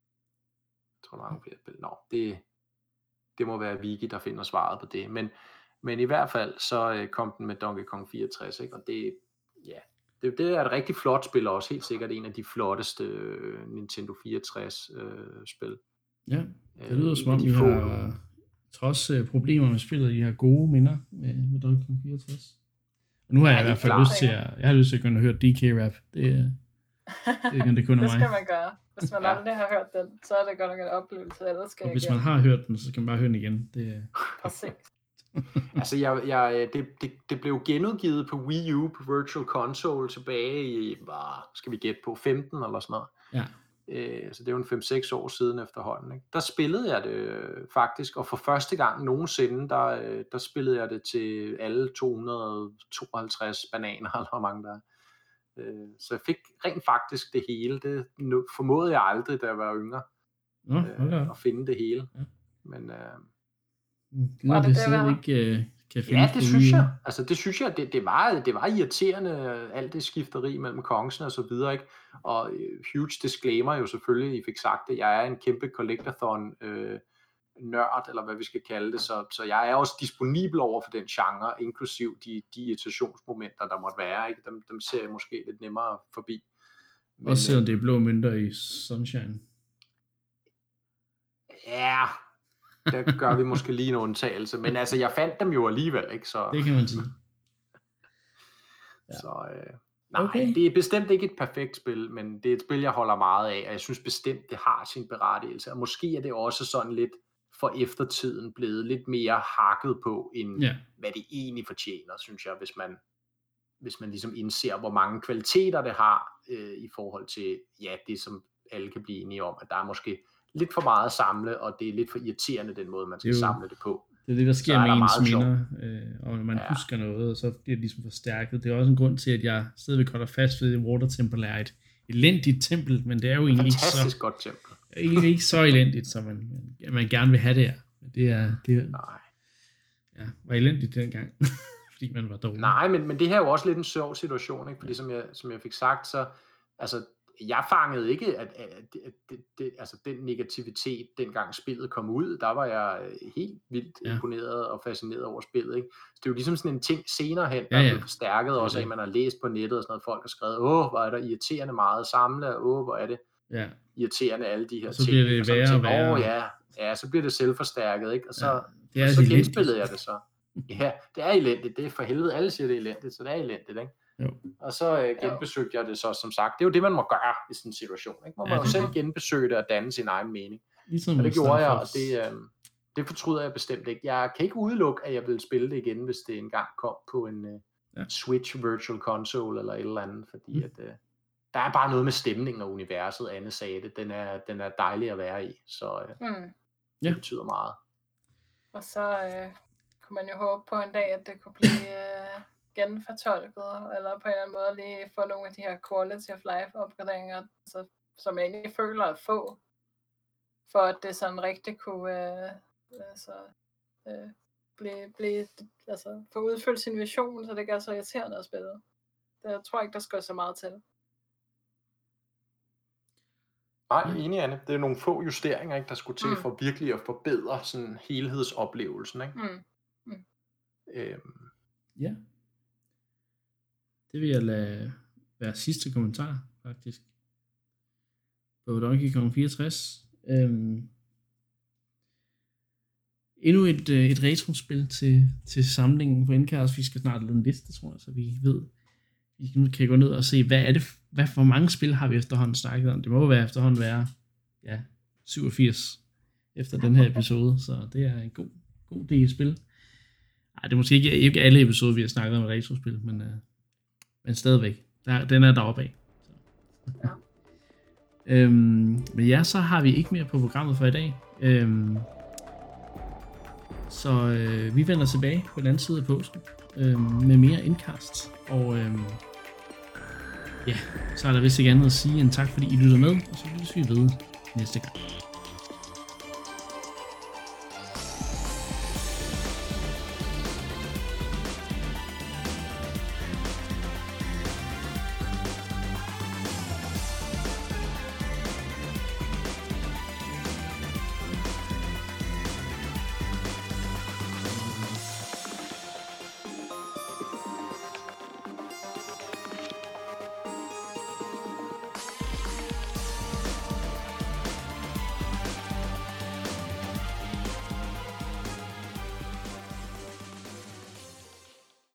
jeg tror, der er nogle flere spil. Nå, det, det må være Viki, der finder svaret på det. Men Men i hvert fald, så øh, kom den med Donkey Kong fireogtres, ikke? Og det, ja, det, det er et rigtig flot spil også, helt sikkert en af de flotteste øh, Nintendo fireogtres øh, spil. Ja, det lyder øh, som om, vi få... har, trods øh, problemer med spillet, I har gode minder med, med Donkey Kong fireogtres. Og nu har jeg ja, i hvert fald klar, lyst til at, jeg har lyst til at kunne høre D K-rap. Det, det, det, det kun det skal mig. man gøre. Hvis man ja. aldrig har hørt den, så er det godt nok en oplevelse, ellers skal og jeg hvis igen. man har hørt den, så skal man bare høre den igen. Det... Præcis. altså jeg, jeg, det, det, det blev genudgivet på Wii U på Virtual Console tilbage i, var, skal vi gætte på, femten eller sådan noget. Ja. Øh, så det er jo en fem seks år siden efterhånden, ikke? Der spillede jeg det faktisk, og for første gang nogensinde, der, der spillede jeg det til alle to hundrede og tooghalvtreds bananer, eller hvor mange der er. Øh, så jeg fik rent faktisk det hele. Det formåede jeg aldrig, da jeg var yngre, Nå, okay. øh, at finde det hele. Ja. Men... Øh, Det er det, det slet ikke uh, kan finde. Ja, det synes jeg. Altså det synes jeg, det, det, var, det var irriterende, alt det skifteri mellem kongsen og så videre, ikke? Og uh, huge disclaimer jo selvfølgelig, I fik sagt det, jeg er en kæmpe collectathon øh, nørd, eller hvad vi skal kalde det, så, så jeg er også disponibel over for den genre, inklusiv de, de irritationsmomenter, der måtte være, ikke? Dem, dem ser jeg måske lidt nemmere forbi. Men, også selvom det er blå mønter i Sunshine. Ja, der gør vi måske lige en undtagelse, men altså, jeg fandt dem jo alligevel, ikke? Så... Det kan man sige. Ja. Så, øh, nej, okay. Det er bestemt ikke et perfekt spil, men det er et spil, jeg holder meget af, og jeg synes bestemt, det har sin berettigelse, og måske er det også sådan lidt for eftertiden blevet lidt mere hakket på, end ja. hvad det egentlig fortjener, synes jeg, hvis man, hvis man ligesom indser, hvor mange kvaliteter det har, øh, i forhold til, ja, det som alle kan blive enige om, at der er måske lidt for meget at samle, og det er lidt for irriterende, den måde, man skal jo, samle det på. Det er det, der sker med ens minder, øh, og når man ja. husker noget, og så bliver det ligesom forstærket. Det er også en grund til, at jeg stadigvæk holder fast ved, at Water Temple er et elendigt tempel, men det er jo egentlig ikke så... Fantastisk godt tempel. Egentlig ikke så elendigt, som man, man gerne vil have det her. Det er... Det er Nej. Ja, var elendigt dengang, fordi man var dårlig. Nej, men, men det her er jo også lidt en sjov situation, ikke? Fordi som jeg, som jeg fik sagt, så... Altså, jeg fangede ikke, at, at, at, at det, det, altså den negativitet, dengang spillet kom ud, der var jeg helt vildt ja. imponeret og fascineret over spillet, ikke? Så det er jo ligesom sådan en ting senere hen, der ja, ja. er blevet forstærket, ja, også at man har læst på nettet og sådan noget, folk har skrevet, åh, hvor er der irriterende meget at samle, åh, hvor er det ja. irriterende alle de her og så ting. Bliver det værre, ting, værre. Åh, ja, ja, så bliver det selvforstærket, ikke? Og så, ja, og så genspillede jeg det så. Ja, det er elendigt, det er for helvede, alle siger det er elendigt, så det er elendigt, ikke? Jo. Og så øh, genbesøgte jeg det så, som sagt. Det er jo det, man må gøre i sådan en situation, ikke? Man må ja, jo selv genbesøge det og danne sin egen mening. Ligesom og det gjorde jeg, og det, øh, det fortryder jeg bestemt ikke. Jeg kan ikke udelukke, at jeg vil spille det igen, hvis det engang kom på en øh, ja. Switch Virtual Console eller et eller andet, fordi mm. at, øh, der er bare noget med stemningen og universet, Anne sagde det. Den er, den er dejlig at være i, så øh, mm. det ja. betyder meget. Og så øh, kunne man jo håbe på en dag, at det kunne blive... Øh genfortolket, eller på en eller anden måde lige få nogle af de her quality of life opgraderinger, altså, som jeg egentlig føler at få, for at det sådan rigtig kunne øh, altså, øh, blive, blive, altså, få udfyldt sin vision, så det ikke er så irriterende at spille. Det, jeg tror ikke, der skal så meget til. Nej, enig, Anne. Det er nogle få justeringer, ikke, der skulle til Mm. for virkelig at forbedre sådan helhedsoplevelsen. Ikke? Mm. Mm. Øhm, Ja. Det vil jeg lade være sidste kommentar, faktisk. På Donkey Kong fireogtres. Øhm, endnu et, øh, et retrospil til, til samlingen på Endcast. Vi skal snart lave en liste, tror jeg, så vi ved, vi kan, kan gå ned og se, hvad er det, hvad for mange spil har vi efterhånden snakket om. Det må jo være efterhånden være, ja, syvogfirs efter den her episode, så det er en god, god del spil. Ej, det er måske ikke, ikke alle episoder, vi har snakket om retrospil, men, øh, men stadigvæk. Der, den er deroppe af. Ja. Øhm, men ja, så har vi ikke mere på programmet for i dag. Øhm, så øh, vi vender tilbage på den anden side af påsken øh, med mere indkast. Og øh, ja, så er der vist ikke andet at sige end tak, fordi I lytter med, og så lyttes vi ved næste gang.